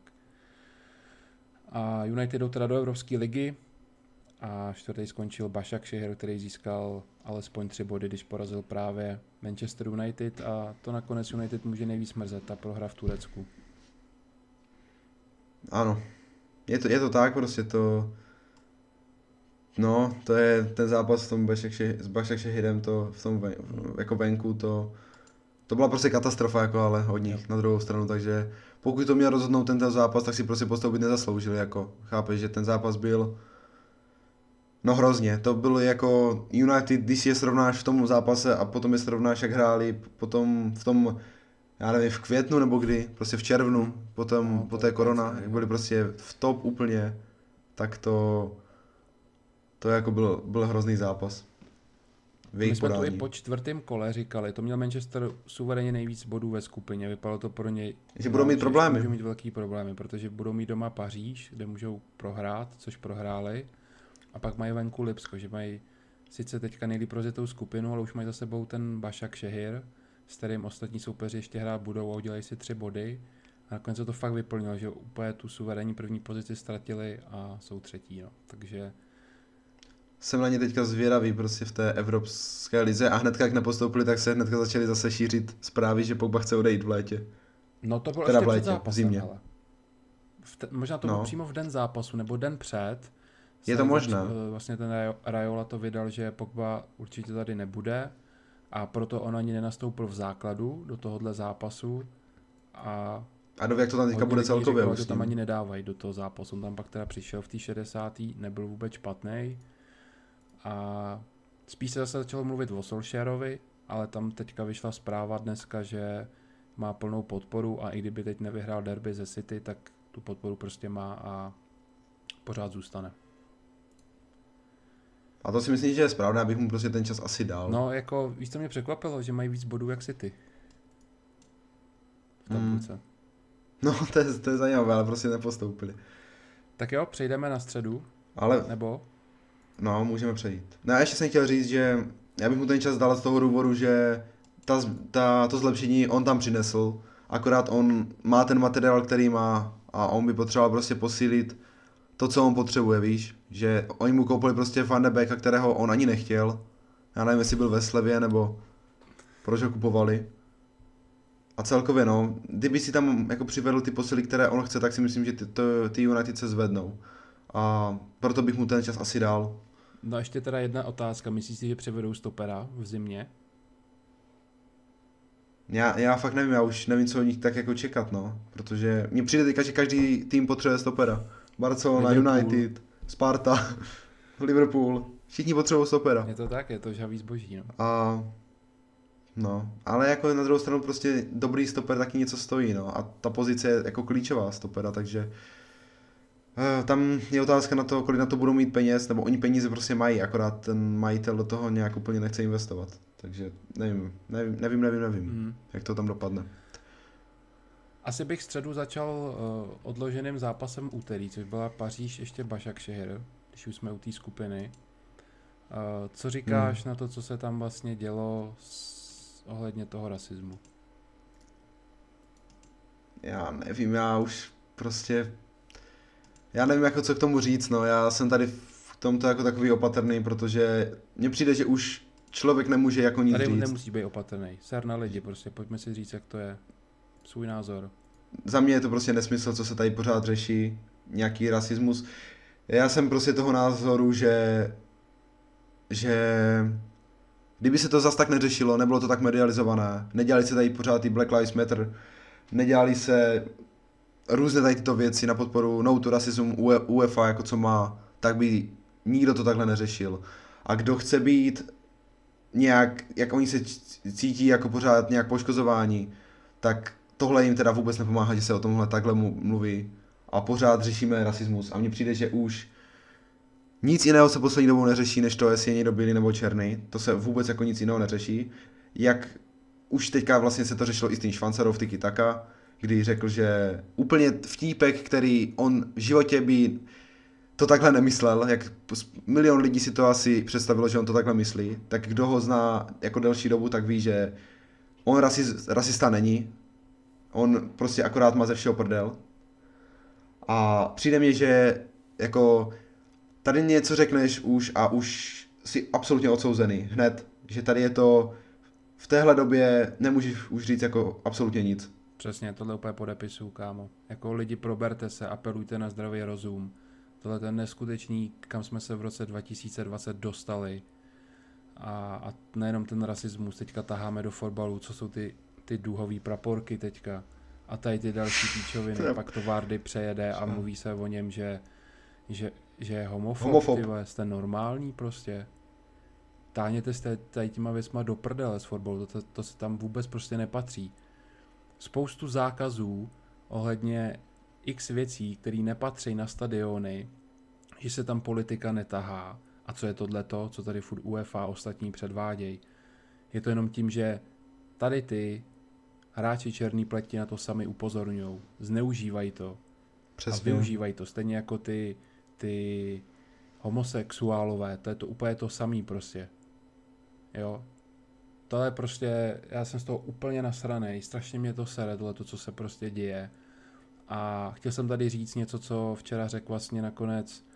A United jdou teda do Evropské ligy a 4. skončil Başakşehir, který získal alespoň 3 body, když porazil právě Manchester United a to nakonec United může nejvíc mrzet, ta prohra v Turecku. Ano, je to tak, prostě to... No, to je ten zápas v tom s Başakşehirem, to v tom jako venku, to byla prostě katastrofa, jako ale od nich na druhou stranu, takže pokud to měl rozhodnout tento zápas, tak si prostě postoupit nezasloužili, jako chápeš, že ten zápas byl no hrozně, to bylo jako United, když si je srovnáš v tom zápase a potom je srovnáš, jak hráli potom v tom, já nevím, v květnu nebo kdy, prostě v červnu, potom po té korona, jak byli prostě v top úplně, tak to jako byl hrozný zápas. My jsme to i po 4. kole říkali, to měl Manchester suverénně nejvíc bodů ve skupině, vypadalo to pro něj, že budou mít problémy. Můžou mít velký problémy, protože budou mít doma Paříž, kde můžou prohrát, což prohráli, a pak mají venku Lipsko, že mají sice teďka nejlíp rozjetou skupinu, ale už mají za sebou ten Başakşehir, s kterým ostatní soupeři ještě hrát budou a udělají si 3 body. A nakonec se to fakt vyplnilo, že úplně tu suverénní první pozici ztratili a jsou 3. No. Takže... Jsem na ně teďka zvědavý prostě v té evropské lize a hnedka jak nepostoupili, tak se hnedka začali zase šířit zprávy, že Pogba chce odejít v létě. No to bylo teda ještě v létě, před zápasem, v zimě. ale. Možná to bylo přímo v den zápasu, nebo den před. Je to možné. Vlastně ten Raiola to vydal, že Pogba určitě tady nebude a proto on ani nenastoupil v základu do tohohle zápasu a jak to tam teďka bude celkově? Řekl, to tam ani nedávají do toho zápasu. On tam pak teda přišel v té 60. nebyl vůbec špatný. A spíš se zase začalo mluvit o Solskjaerovi, ale tam teďka vyšla zpráva dneska, že má plnou podporu a i kdyby teď nevyhrál derby ze City, tak tu podporu prostě má a pořád zůstane. A to si myslím, že je správné, abych mu prostě ten čas asi dal. No, jako, víš, co mě překvapilo, že mají víc bodů jak City. V tabulce. No, to je zajímavé, ale prostě nepostoupili. Tak jo, přejdeme na středu. Ale... Nebo? No, můžeme přejít. No a ještě jsem chtěl říct, že já bych mu ten čas dal z toho důvodu, že to zlepšení on tam přinesl, akorát on má ten materiál, který má a on by potřeboval prostě posílit to, co on potřebuje, víš, že oni mu koupili prostě Van de Beeka, kterého on ani nechtěl, já nevím, jestli byl ve slevě, nebo proč ho kupovali. A celkově no, kdyby si tam jako přivedl ty posily, které on chce, tak si myslím, že ty United se zvednou. A proto bych mu ten čas asi dal. No ještě teda jedna otázka, myslíš si, že převedou stopera v zimě? Já fakt nevím, já už nevím, co o nich tak jako čekat, no. Protože mně přijde teďka, že každý tým potřebuje stopera. Barcelona, Liverpool. United, Sparta, Liverpool, všichni potřebují stopera. Je to tak, je to žhavý zboží, no. A No, ale jako na druhou stranu prostě dobrý stoper taky něco stojí, no. A ta pozice je jako klíčová stopera, takže tam je otázka na to, kolik na to budou mít peněz, nebo oni peníze prostě mají, akorát ten majitel do toho nějak úplně nechce investovat. Takže nevím, jak to tam dopadne. Asi bych středu začal odloženým zápasem úterý, což byla Paříž ještě Başakşehir, když už jsme u té skupiny. Co říkáš na to, co se tam vlastně dělo ohledně toho rasismu? Já nevím, já nevím, jako co k tomu říct, no, já jsem tady v tomto jako takový opatrný, protože mně přijde, že už člověk nemůže jako nic tady říct. Tady nemusí být opatrný, ser na lidi, prostě pojďme si říct, jak to je, svůj názor. Za mě je to prostě nesmysl, co se tady pořád řeší, nějaký rasismus. Já jsem prostě toho názoru, že kdyby se to zas tak neřešilo, nebylo to tak medializované, nedělali se tady pořád ty Black Lives Matter, nedělali se různé tady tyto věci na podporu no to racism UEFA, jako co má, tak by nikdo to takhle neřešil. A kdo chce být nějak, jak oni se cítí jako pořád nějak poškozování, tak tohle jim teda vůbec nepomáhá, že se o tomhle takhle mluví a pořád řešíme rasismus. A mně přijde, že už nic jiného se poslední dobou neřeší, než to, jestli je někdo bílý nebo černý. To se vůbec jako nic jiného neřeší. Jak už teďka vlastně se to řešilo i s tím Švancarov Tiki Taka, kdy řekl, že úplně vtípek, který on v životě by to takhle nemyslel, jak milion lidí si to asi představilo, že on to takhle myslí, tak kdo ho zná jako delší dobu, tak ví, že on rasista není. On prostě akorát má ze všeho prdel. A přijde mi, že jako tady něco řekneš už a už jsi absolutně odsouzený hned, že tady je to v téhle době nemůžeš už říct jako absolutně nic. Přesně, tohle úplně podepisuju, kámo. Jako lidi, proberte se, apelujte na zdravý rozum. Tohle ten neskutečný, kam jsme se v roce 2020 dostali. A nejenom ten rasismus, teďka taháme do fotbalu, co jsou ty duhový praporky teďka. A tady ty další píčoviny, pak to Vardy přejede a mluví se o něm, že je homofob. Ty vole, jste normální prostě. Táhněte se tady těma věcma do prdele z fotbalu, to se tam vůbec prostě nepatří. Spoustu zákazů ohledně x věcí, které nepatří na stadiony, že se tam politika netahá. A co je tohleto, co tady furt UEFA a ostatní předvádějí? Je to jenom tím, že tady ty hráči černý pleti na to sami upozorňují, zneužívají to. Přesně. A využívají to. Stejně jako ty homosexuálové, to je to úplně to samý prostě. Jo. To je prostě, já jsem z toho úplně nasranej, strašně mě to sere, tohleto, co se prostě děje. A chtěl jsem tady říct něco, co včera řekl vlastně nakonec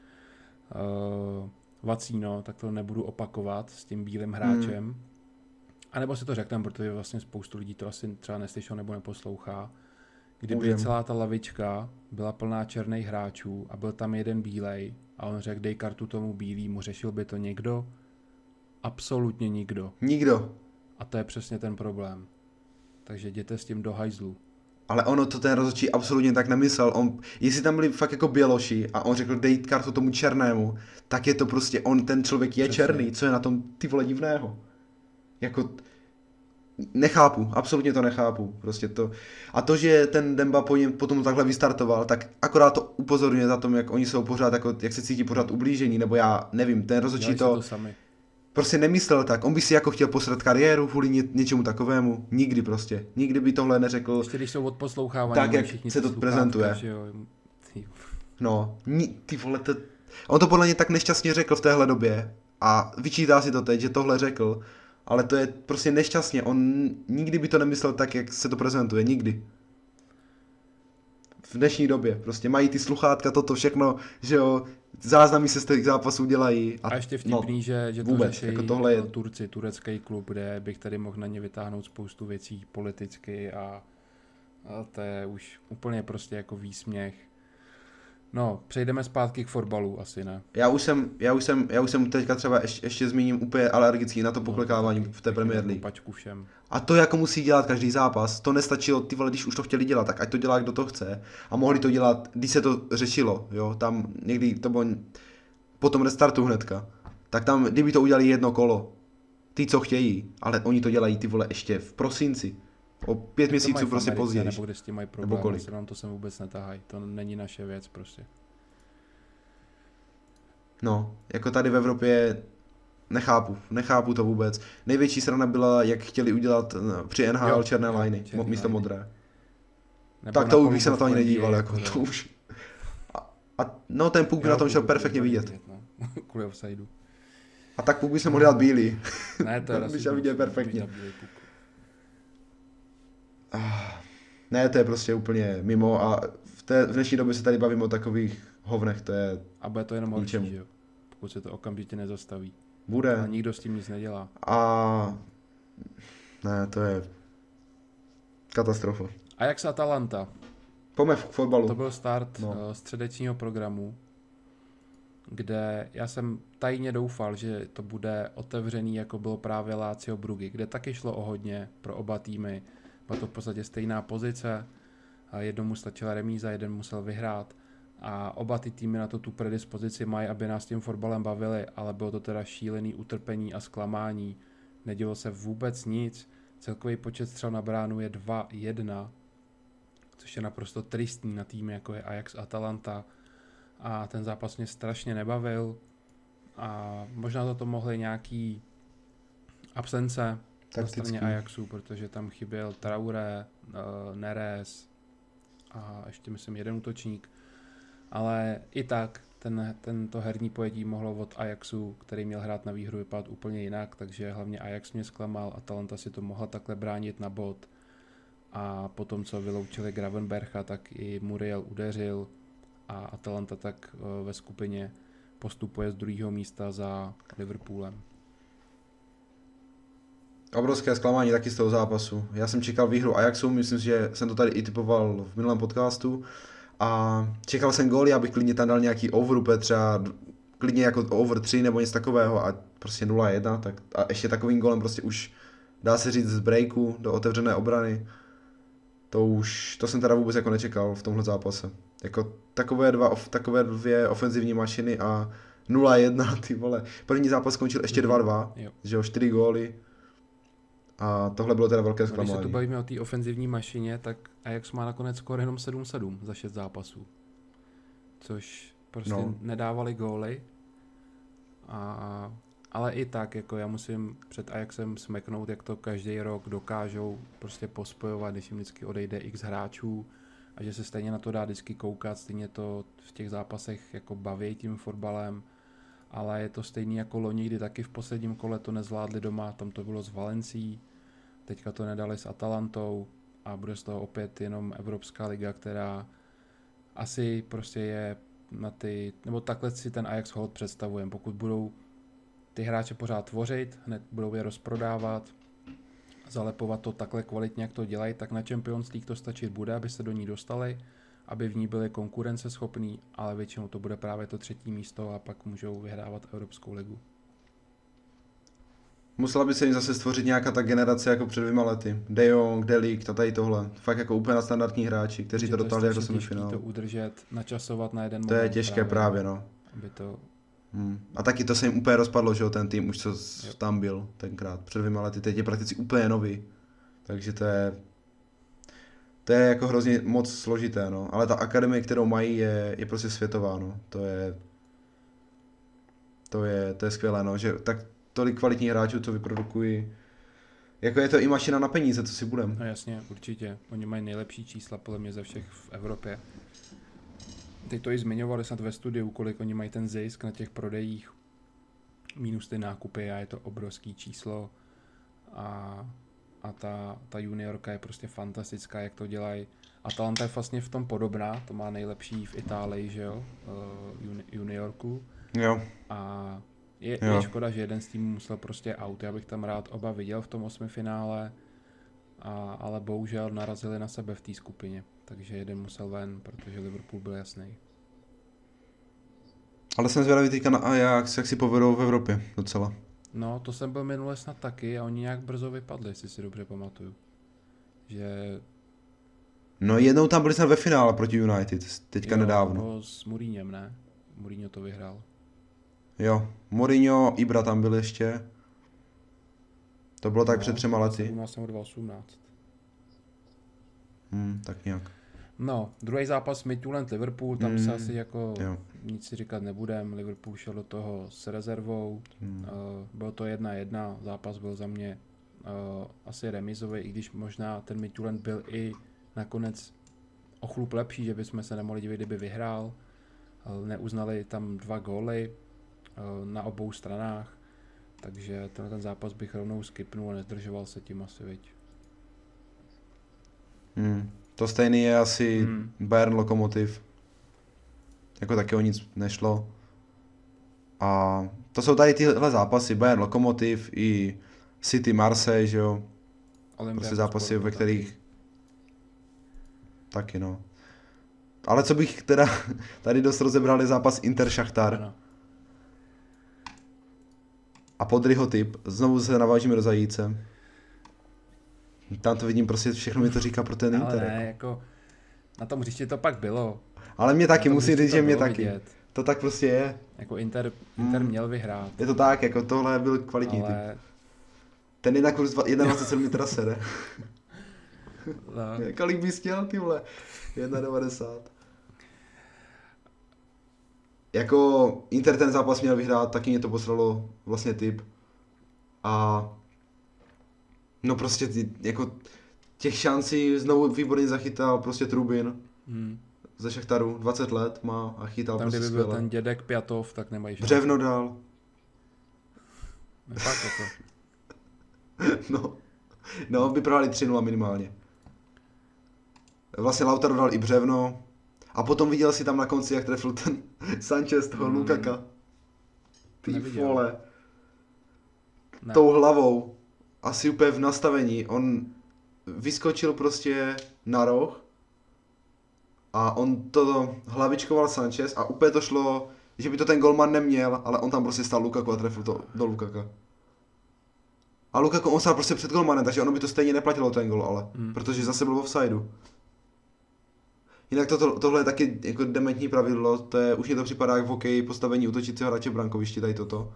Vacíno, tak to nebudu opakovat s tím bílým hráčem. A nebo si to řekneme, protože vlastně spoustu lidí to asi třeba neslyšel nebo neposlouchá. Kdyby celá ta lavička byla plná černých hráčů a byl tam jeden bílej a on řekl, dej kartu tomu bílýmu, řešil by to někdo? Absolutně nikdo. Nikdo. A to je přesně ten problém. Takže jděte s tím do hajzlu. Ale ono to ten rozhodčí absolutně tak nemyslel. Jestli tam byli fakt jako běloši a on řekl, dej kartu tomu černému, tak je to prostě ten člověk je přesně černý, co je na tom ty vole divného. Jako nechápu, absolutně to nechápu. Prostě to. A to, že ten Demba po něm potom takhle vystartoval, tak akorát to upozorňuje za tom, jak oni jsou pořád, jako, jak se cítí pořád ublížení, nebo já nevím, ten rozhodčí to prostě nemyslel tak. On by si jako chtěl posrat kariéru kvůli něčemu takovému. Nikdy prostě. Nikdy by tohle neřekl. Ještě když jsou odposlouchávaní. Tak, jak se to prezentuje. No, ty vole, on to podle mě tak nešťastně řekl v téhle době a vyčítá si to teď, že tohle řekl, ale to je prostě nešťastně. On nikdy by to nemyslel tak, jak se to prezentuje. Nikdy. V dnešní době. Prostě mají ty sluchátka, toto všechno, že jo, záznamy se z těch zápasů dělají. A ještě vtipný, že to vůbec, řeší jako tohle je Turci, turecký klub, kde bych tady mohl na ně vytáhnout spoustu věcí politicky a to je už úplně prostě jako výsměch. No, přejdeme zpátky k fotbalu, asi ne. Já už jsem teďka třeba ještě zmíním úplně alergický na to poklekávání v té Premier League. Všem. A to jako musí dělat každý zápas, to nestačilo, ty vole, když už to chtěli dělat, tak ať to dělá, kdo to chce. A mohli to dělat, když se to řešilo, jo, tam někdy to bylo po tom restartu hnedka. Tak tam, kdyby to udělali jedno kolo, ty, co chtějí, ale oni to dělají ty vole ještě v prosinci. O 5 měsíců prostě později. Nebo kde s tím mají problém, se nám to sem vůbec netahají. To není naše věc prostě. No, jako tady v Evropě nechápu to vůbec. Největší srana byla, jak chtěli udělat při NHL černé lajny, místo modré. Nebo tak to už bych se na to ani nedíval, jako to už. No ten puk by na tom šel perfektně vidět. No. Kvůli offsideu. A tak puk by se mohl dělat bílý. Ne, to je by šel vidět perfektně. Ne, to je prostě úplně mimo a v dnešní době se tady bavíme o takových hovnech, to je... A bude to jenom horší, že jo? Pokud se to okamžitě nezastaví. Bude. A nikdo s tím nic nedělá. A... Ne, to je... katastrofa. Ajax Atalanta. Pojďme v fotbalu. To byl start středečního programu, kde já jsem tajně doufal, že to bude otevřený, jako bylo právě Lazio Brugge, kde taky šlo o hodně pro oba týmy. Byla to v podstatě stejná pozice, a jednomu stačila remíza, jeden musel vyhrát a oba ty týmy na to tu predispozici mají, aby nás tím fotbalem bavili, ale bylo to teda šílený utrpení a zklamání. Nedělo se vůbec nic, celkový počet střel na bránu je 2-1, což je naprosto tristní na týmy, jako je Ajax Atalanta a ten zápas mě strašně nebavil a možná za to mohly nějaký absence na straně Ajaxu, protože tam chyběl Traoré, Neres a ještě myslím jeden útočník, ale i tak tento herní pojetí mohlo od Ajaxu, který měl hrát na výhru, vypadat úplně jinak, takže hlavně Ajax mě zklamal, Atalanta si to mohla takhle bránit na bod a potom, co vyloučili Gravenbercha, tak i Muriel udeřil a Atalanta tak ve skupině postupuje z druhého místa za Liverpoolem. Obrovské zklamání taky z toho zápasu. Já jsem čekal výhru Ajaxu, myslím, že jsem to tady i typoval v minulém podcastu a čekal jsem góly, abych klidně tam dal nějaký over, úplně třeba klidně jako over 3 nebo něco takového a prostě 0-1, tak a ještě takovým gólem prostě už dá se říct z breaku do otevřené obrany. To jsem teda vůbec jako nečekal v tomhle zápase. Jako takové dvě ofenzivní mašiny a 0-1, ty vole. První zápas skončil ještě 2-2, že jo, 4 góly. A tohle bylo teda velké zklamání. Když se tu bavíme o té ofenzivní mašině, tak Ajax má nakonec skoro jenom 7-7 za 6 zápasů. Což prostě nedávali góly. Ale i tak, jako já musím před Ajaxem smeknout, jak to každý rok dokážou prostě pospojovat, když jim vždycky odejde x hráčů a že se stejně na to dá vždycky koukat, stejně to v těch zápasech jako baví tím fotbalem, ale je to stejný jako loni, kdy taky v posledním kole to nezvládli doma, tam to bylo s Valencií, teďka to nedali s Atalantou a bude z toho opět jenom Evropská liga, která asi prostě je na ty, nebo takhle si ten Ajax hold představujeme, pokud budou ty hráče pořád tvořit, hned budou je rozprodávat, zalepovat to takhle kvalitně, jak to dělají, tak na Champions League to stačit bude, aby se do ní dostali, aby v ní byli konkurenceschopní, ale většinou to bude právě to 3. místo a pak můžou vyhrávat Evropskou ligu. Musela by se jim zase stvořit nějaká ta generace jako před 2 lety. De Jong, De Ligt a tady tohle. Fakt jako úplně standardní hráči, kteří to dotáhli jako semifinále. To udržet, načasovat na jeden moment. To je těžké právě no. Aby to... A taky to se jim úplně rozpadlo, že jo, ten tým už co tam byl tenkrát, před 2 lety, teď je prakticky úplně nový. Takže to je jako hrozně moc složité, no. Ale ta akademie, kterou mají, je prostě světová, no. To je skvělé, no, že tak tolik kvalitních hráčů, co vyprodukují. Jako je to i mašina na peníze, co si budem. No jasně, určitě. Oni mají nejlepší čísla podle mě ze všech v Evropě. Teď to i zmiňovali snad ve studiu, kolik oni mají ten zisk na těch prodejích minus ty nákupy a je to obrovský číslo a ta juniorka je prostě fantastická, jak to dělají. Atalanta je vlastně v tom podobná, to má nejlepší v Itálii, že jo, juniorku. Jo. A je škoda, že jeden z týmů musel prostě out, já bych tam rád oba viděl v tom 8finále, ale bohužel narazili na sebe v té skupině. Takže jeden musel ven, protože Liverpool byl jasný. Ale jsem zvědavý teďka na Ajax, jak si povedou v Evropě docela. No, to jsem byl minule snad taky a oni nějak brzo vypadli, jestli si dobře pamatuju. Že... No jednou tam byli snad ve finále proti United, teďka nedávno. Jo, s Mourinhem, ne? Mourinho to vyhrál. Jo, Mourinho, Ibra tam byl ještě. To bylo tak před 3 lety. 17 nebo 2018. Tak nějak. No, druhý zápas Midtjylland-Liverpool, tam se asi jako Jo. nic si říkat nebudem. Liverpool šel do toho s rezervou. Bylo to 1-1, zápas byl za mě asi remizový, i když možná ten Midtjylland byl i nakonec o chlup lepší, že bychom se nemohli divit, kdyby vyhrál. Neuznali tam 2 góly na obou stranách, takže ten zápas bych rovnou skipnul a nezdržoval se tím asi, viď. To stejný je asi Bayern Lokomotiv. Jako taky o nic nešlo. A to jsou tady tyhle zápasy, Bayern Lokomotiv i City Marseille, že jo. Prostě zápasy, ve kterých taky no. Ale co bych teda tady dost rozebral je zápas Inter Šachtar. Ano. A Podryho tip, znovu se navážíme do Zajíce. Tam to vidím, prostě všechno mi to říká pro ten Inter. Ale ne, jako na tom hřišti to pak bylo. Ale mě taky, musím říct, že mě taky. Vidět. To tak prostě je. Jako Inter měl vyhrát. Je to tak, jako tohle byl kvalitní tip. Ten jedna kurz 1,27 mi teda sere. No. Kolik bys chtěl, ty vole? 1,90. Jako Inter ten zápas měl vyhrát, taky mě to poslalo vlastně tip. A no prostě jako těch šancí znovu výborně zachytal prostě Trubin ze Šachtaru, 20 let má a chytal tam, prostě kdyby skvěle. Byl ten dědek Pjatov, tak nemají šanci. Břevno dal. Fakt jako. No, by prohráli 3-0 minimálně. Vlastně Lautaro dal i Břevno. A potom viděl si tam na konci, jak trefil ten Sanchez toho Lukaka. Ty vole. Tou hlavou. Asi úplně v nastavení. On vyskočil prostě na roh. A on to hlavičkoval Sanchez a úplně to šlo, že by to ten golman neměl, ale on tam prostě stál Lukaku a trefil to do Lukaka. A Lukaku on stál prostě před golmanem, takže ono by to stejně neplatilo ten gol, ale protože zase byl v offsideu. Jinak tohle je taky jako dementní pravidlo, to je, už mě to připadá jak v hokeji postavení útočícího hráče v brankovišti, tady toto.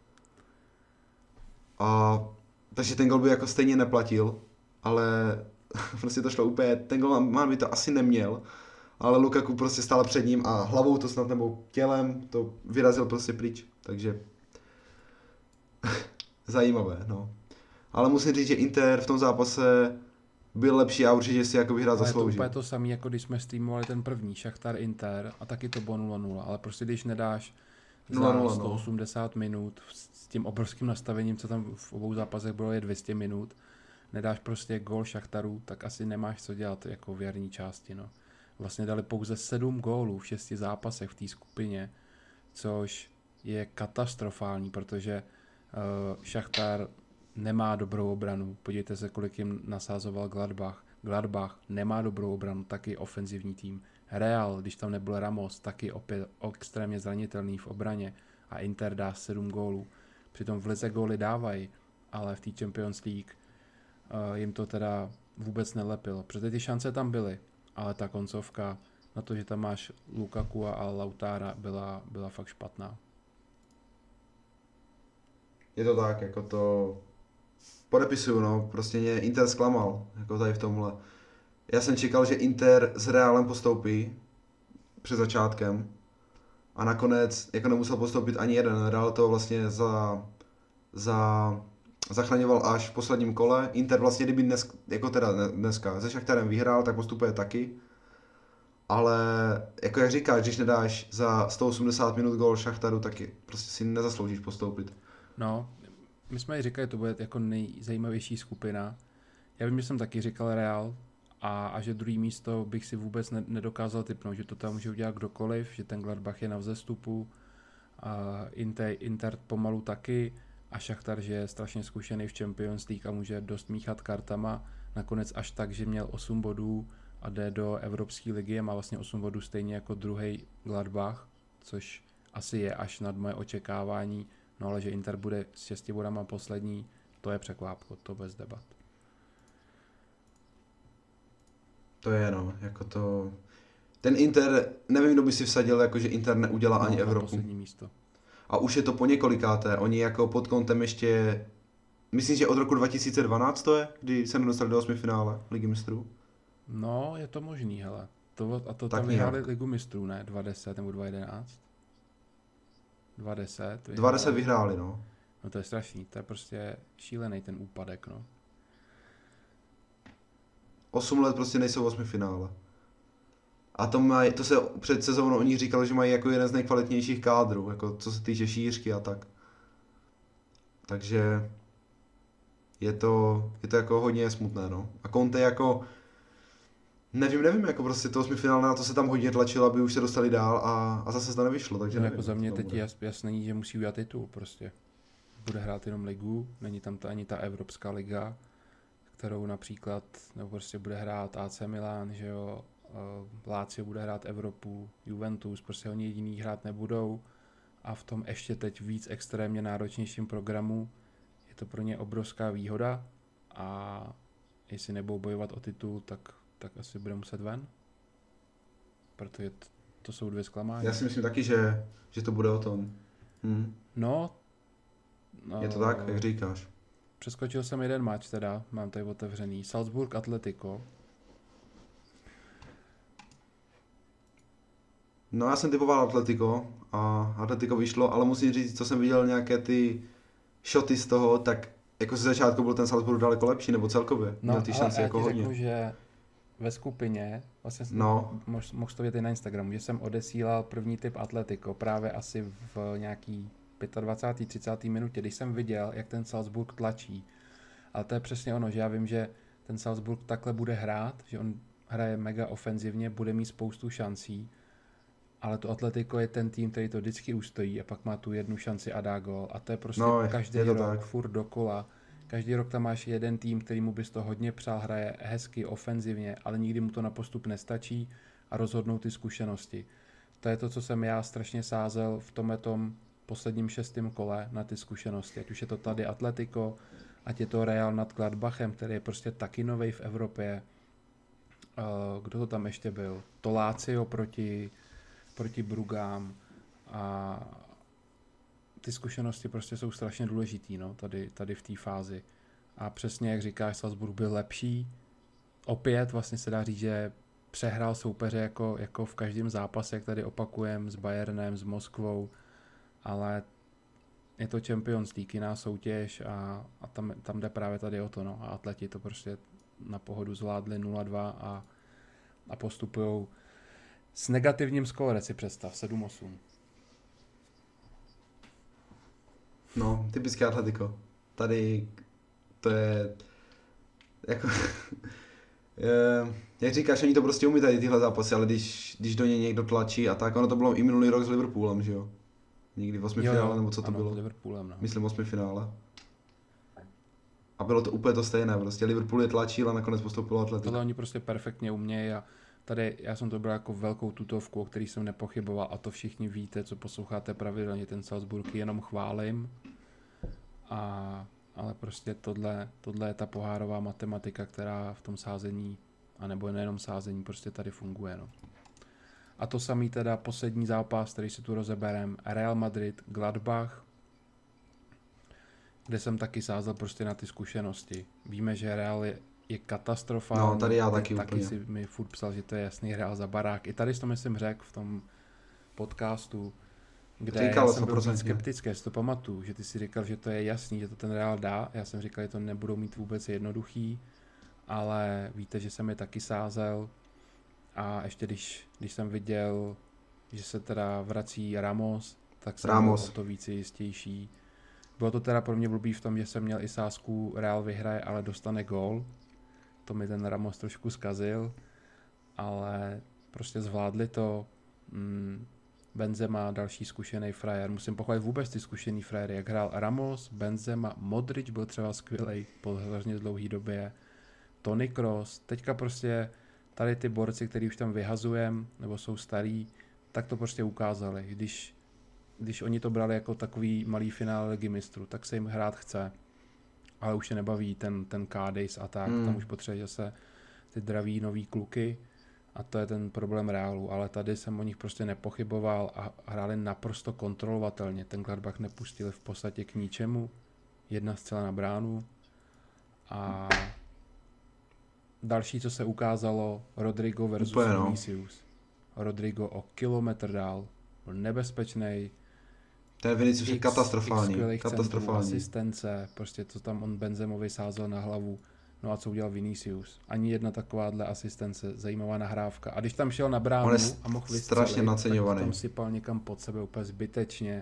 A takže ten gol by jako stejně neplatil, ale prostě to šlo úplně, ten golman by to asi neměl, ale Lukaku prostě stál před ním a hlavou to snad nebo tělem to vyrazil prostě pryč, takže zajímavé, no. Ale musím říct, že Inter v tom zápase byl lepší a určitě si jako vyhrát zasloužil. Ale to úplně to samé, jako když jsme streamovali ten první Šachtar Inter a taky to bylo 0-0, ale prostě když nedáš za 0-0, 180 minut s tím obrovským nastavením, co tam v obou zápasech bylo je 200 minut, nedáš prostě gól Šachtaru, tak asi nemáš co dělat jako v jarní části, no. Vlastně dali pouze 7 gólů v 6 zápasech v té skupině, což je katastrofální, protože Šachtar nemá dobrou obranu. Podívejte se, kolik jim nasázoval Gladbach. Gladbach nemá dobrou obranu, taky ofenzivní tým. Real, když tam nebyl Ramos, taky opět extrémně zranitelný v obraně a Inter dá 7 gólů. Přitom v lize góly dávají, ale v té Champions League jim to teda vůbec nelepilo. Protože ty šance tam byly, ale ta koncovka na to, že tam máš Lukaku a Lautára, byla fakt špatná. Je to tak, jako to podepisuju, no, prostě mě Inter zklamal, jako tady v tomhle. Já jsem čekal, že Inter s Realem postoupí před začátkem a nakonec jako nemusel postoupit ani jeden. Real to vlastně zachraňoval až v posledním kole. Inter vlastně, kdyby dneska se Šachtarem vyhrál, tak postupuje taky. Ale jako jak říkáš, když nedáš za 180 minut gól Šachtaru, taky prostě si nezasloužíš postoupit. No, my jsme ji říkali, to bude jako nejzajímavější skupina. Já vím, že jsem taky říkal Real a že druhý místo bych si vůbec nedokázal tipnout, že to tam může udělat kdokoliv, že ten Gladbach je na vzestupu, a Inter pomalu taky a Šachtar, že je strašně zkušený v Champions League a může dost míchat kartama. Nakonec až tak, že měl 8 bodů a jde do Evropské ligy a má vlastně 8 bodů stejně jako druhý Gladbach, což asi je až nad moje očekávání. No ale že Inter bude s 6 bodama poslední, to je překvápko, to bez debat. To je no, jako to... Ten Inter, nevím, kdo by si vsadil, jako že Inter neudělá ani Evropu. Poslední místo. A už je to po několikáté, oni jako pod kontem ještě myslím, že od roku 2012 to je, kdy se nedostali do 8 finále Ligy mistrů. No, je to možný, hele. A to Tak tam vyhráli nějak. Ligu mistrů, ne? 2010 nebo 2011? 2010 20 vyhráli, no. No to je strašný, to je prostě šílený ten úpadek, no. 8 let prostě nejsou v 8 finále. A to se před sezónou o nich říkalo, že mají jako jeden z nejkvalitnějších kádrů, jako co se týče šířky a tak. Takže je to jako hodně smutné, no. A Conte jako, nevím, jako prostě to 8 finále, na to se tam hodně tlačilo, aby už se dostali dál a zase to nevyšlo, takže No, nevím. jako za mě co to teď bude. je jasný, že musí udělat titul prostě. Bude hrát jenom ligu, není tam ani ta Evropská liga, kterou například, nebo prostě bude hrát AC Milan, že jo, Lazio bude hrát Evropu, Juventus, prostě oni jediný hrát nebudou a v tom ještě teď víc extrémně náročnějším programu je to pro ně obrovská výhoda a jestli nebudou bojovat o titul, tak asi bude muset ven, protože to jsou dvě zklamání. Já si myslím taky, že to bude o tom. No, Je to tak, jak říkáš. přeskočil jsem jeden match teda, mám tady otevřený. Salzburg Atletico. No já jsem typoval Atletico a Atletico vyšlo, ale musím říct, co jsem viděl nějaké ty shoty z toho, tak jako ze začátku byl ten Salzburg daleko lepší, nebo celkově. No, Měl ty šance já jako ti hodně. řeknu, že ve skupině, vlastně No, mohl to vidět i na Instagramu, že jsem odesílal první tip Atletico právě asi v nějaký 25. 30. minutě, když jsem viděl, jak ten Salzburg tlačí. Ale to je přesně ono, že já vím, že ten Salzburg takhle bude hrát, že on hraje mega ofenzivně, bude mít spoustu šancí, ale to Atletico je ten tým, který to vždycky ustojí a pak má tu jednu šanci a dá gól. A to je prostě každý je to rok, tak. furt dokola. Každý rok tam máš jeden tým, který mu bys to hodně přál, hraje hezky, ofenzivně, ale nikdy mu to na postup nestačí a rozhodnou ty zkušenosti. To je to, co jsem já strašně sázel v tomhletom posledním 6. kole na ty zkušenosti. Ať už je to tady Atletico, ať je to Real nad Gladbachem, který je prostě taky novej v Evropě. Kdo to tam ještě byl? To Lazio proti Brugám a ty zkušenosti prostě jsou strašně důležitý, no, tady v té fázi. A přesně jak říkáš, Salzburg byl lepší. Opět vlastně se dá říct, že přehrál soupeře jako v každém zápase, jak tady opakujeme s Bayernem, s Moskvou, ale je to Champions League, jiná soutěž a tam jde právě tady o to, no. A atleti to prostě na pohodu zvládli 0-2 a postupujou s negativním skóre, si představ, 7-8. No, typické Atletico. Tady to je jako jak říkáš, oni to prostě umí tady tyhle zápasy, ale když do něj někdo tlačí a tak, ono to bylo i minulý rok s Liverpoolem, že jo? Někdy v 8 finále, nebo co to ano, bylo? Liverpoolem, no. Myslím 8 finále. A bylo to úplně to stejné, prostě Liverpool je tlačil a nakonec postoupilo Atletico. Tohle oni prostě perfektně umějí a tady já jsem to bral jako velkou tutovku, o který jsem nepochyboval a to všichni víte, co posloucháte pravidelně, ten Salzburg jenom chválím. Ale prostě tohle je ta pohárová matematika, která v tom sázení, anebo nejenom sázení, prostě tady funguje. No. A to samý teda poslední zápas, který si tu rozeberem, Real Madrid, Gladbach, kde jsem taky sázel prostě na ty zkušenosti. Víme, že Real je katastrofální. No, tady já taky úplně. si mi furt psal, že to je jasný Real za barák. I tady to myslím řekl v tom podcastu, kde říkal, já jsem byl 100%. skeptický, si to pamatuju, že ty si říkal, že to je jasný, že to ten Real dá. Já jsem říkal, že to nebudou mít vůbec jednoduchý, ale víte, že jsem je taky sázel a ještě když jsem viděl, že se teda vrací Ramos, tak jsem byl o to více jistější. Bylo to teda pro mě blbý v tom, že jsem měl i sázku Real vyhraje, ale dostane gól. To mi ten Ramos trošku zkazil, ale prostě zvládli to. Benzema, další zkušený frajer. Musím pochválit vůbec ty zkušený frajery, jak hrál Ramos, Benzema, Modric byl třeba skvělej po hrozně dlouhé době, Toni Kroos, teďka prostě tady ty borci, který už tam vyhazujem, nebo jsou starý, tak to prostě ukázali. Když oni to brali jako takový malý finále Ligy mistrů, tak se jim hrát chce, ale už je nebaví ten Cádiz a tak, tam už potřebuje zase ty draví nový kluky a to je ten problém Realu, ale tady jsem o nich prostě nepochyboval a hráli naprosto kontrolovatelně, ten Gladbach nepustili v podstatě k ničemu, 1 střela na bránu. A další, co se ukázalo, Rodrigo versus Vinicius. Rodrigo o kilometr dál, byl nebezpečný. Ten Vinicius je katastrofální. Asistence, prostě to tam on Benzemovi sázel na hlavu. No a co udělal Vinicius? Ani jedna takováhle asistence, zajímavá nahrávka. A když tam šel na bránu a mohl vystřelit, tak tam sypal někam pod sebe úplně zbytečně.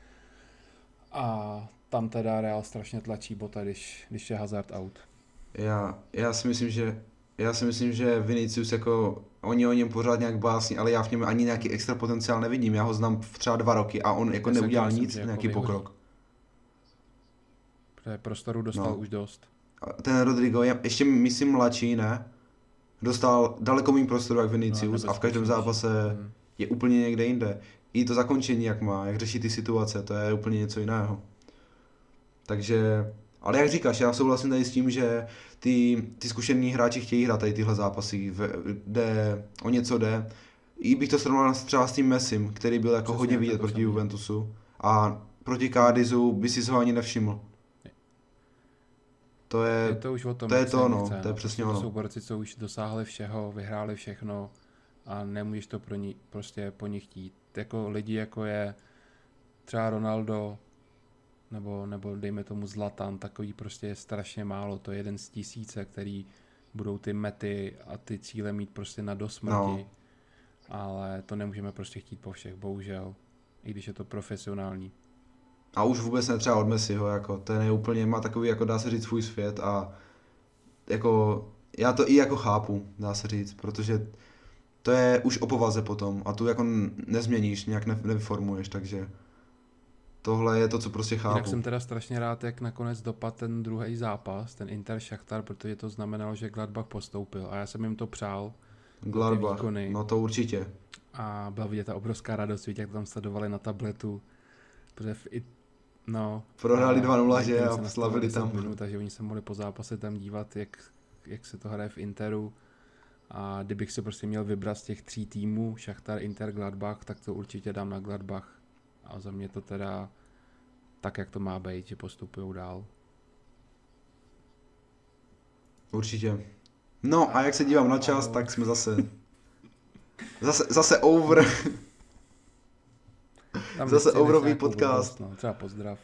A tam teda Real strašně tlačí Bota, když je Hazard out. Já si myslím, že Vinicius jako oni o něm pořád nějak básní, ale já v něm ani nějaký extra potenciál nevidím. Já ho znám třeba 2 roky a on jako neudělal nic, nějaký jako pokrok. Protože prostoru dostal už dost. Ten Rodrigo je ještě myslím mladší, ne? Dostal daleko méně prostoru jak Vinicius a v každém zápase je úplně někde jinde. I to zakončení, jak má, jak řeší ty situace, to je úplně něco jiného. Takže, ale jak říkáš, já souhlasím tady s tím, že ty zkušení hráči chtějí hrát tady tyhle zápasy, kde o něco jde. I bych to srovnal třeba s tím Messim, který byl jako hodně vidět proti Juventusu a proti Cádizu by si ho ani nevšiml. To je to už o tom, to je přesně ono. To jsou borci, co už dosáhli všeho, vyhráli všechno a nemůžeš to prostě po nich chtít. Jako lidi, jako je třeba Ronaldo, nebo dejme tomu Zlatan, takový prostě je strašně málo. To je 1 z 1000, který budou ty mety a ty cíle mít prostě na dosmrti. No. Ale to nemůžeme prostě chtít po všech, bohužel. I když je to profesionální. A už vůbec netřeba od Messiho, jako ten je úplně, má takový, jako dá se říct, svůj svět a jako já to i jako chápu, dá se říct, protože to je už o povaze potom a tu jako nezměníš, nějak nevyformuješ, takže tohle je to, co prostě chápu. Jinak jsem teda strašně rád, jak nakonec dopadl ten druhý zápas, ten Inter Šachtar, protože to znamenalo, že Gladbach postoupil a já jsem jim to přál. Gladbach, no to určitě. A byla vidět ta obrovská radost, jak tam sledovali na tabletu, protože prohráli 2-0, že a slavili tam. Minut, takže oni se mohli po zápase tam dívat, jak se to hraje v Interu. A kdybych si prostě měl vybrat z těch 3 týmů, Šachtar, Inter, Gladbach, tak to určitě dám na Gladbach. A za mě to teda tak, jak to má být, že postupujou dál. Určitě. No a jak se dívám na čas, tak jsme zase over. Zase overový podcast. Blbost, třeba pozdrav.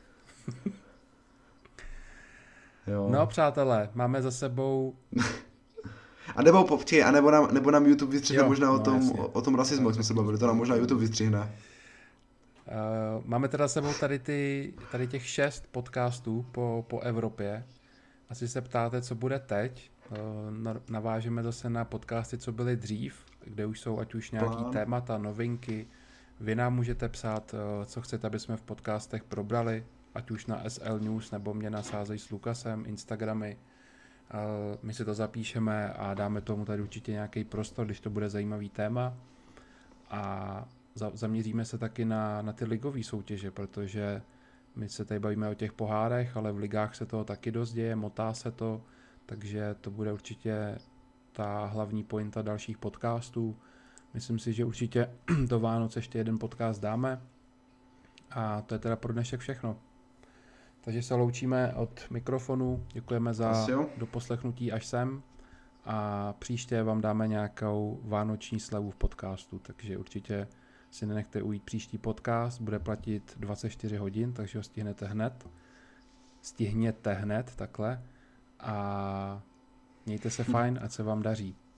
Jo. No přátelé, máme za sebou... A nebo nám YouTube vystřihne možná o tom rasismu, jak jsme se bavili, to nám možná YouTube vystřihne. Máme teda za sebou tady těch 6 podcastů po Evropě. Asi se ptáte, co bude teď. Navážeme zase na podcasty, co byly dřív, kde už jsou ať už nějaký témata, novinky. Vy nám můžete psát, co chcete, aby jsme v podcastech probrali, ať už na SL News, nebo mě nasázejí s Lukasem, Instagramy. My si to zapíšeme a dáme tomu tady určitě nějaký prostor, když to bude zajímavý téma. A zaměříme se taky na ty ligové soutěže, protože my se tady bavíme o těch pohárech, ale v ligách se toho taky dost děje, motá se to, takže to bude určitě ta hlavní pointa dalších podcastů. Myslím si, že určitě do Vánoc ještě jeden podcast dáme a to je teda pro dnešek všechno. Takže se loučíme od mikrofonu, děkujeme za doposlechnutí až sem a příště vám dáme nějakou vánoční slevu v podcastu, takže určitě si nenechte ujít příští podcast, bude platit 24 hodin, takže ho stihněte hned takhle a mějte se fajn, ať se vám daří.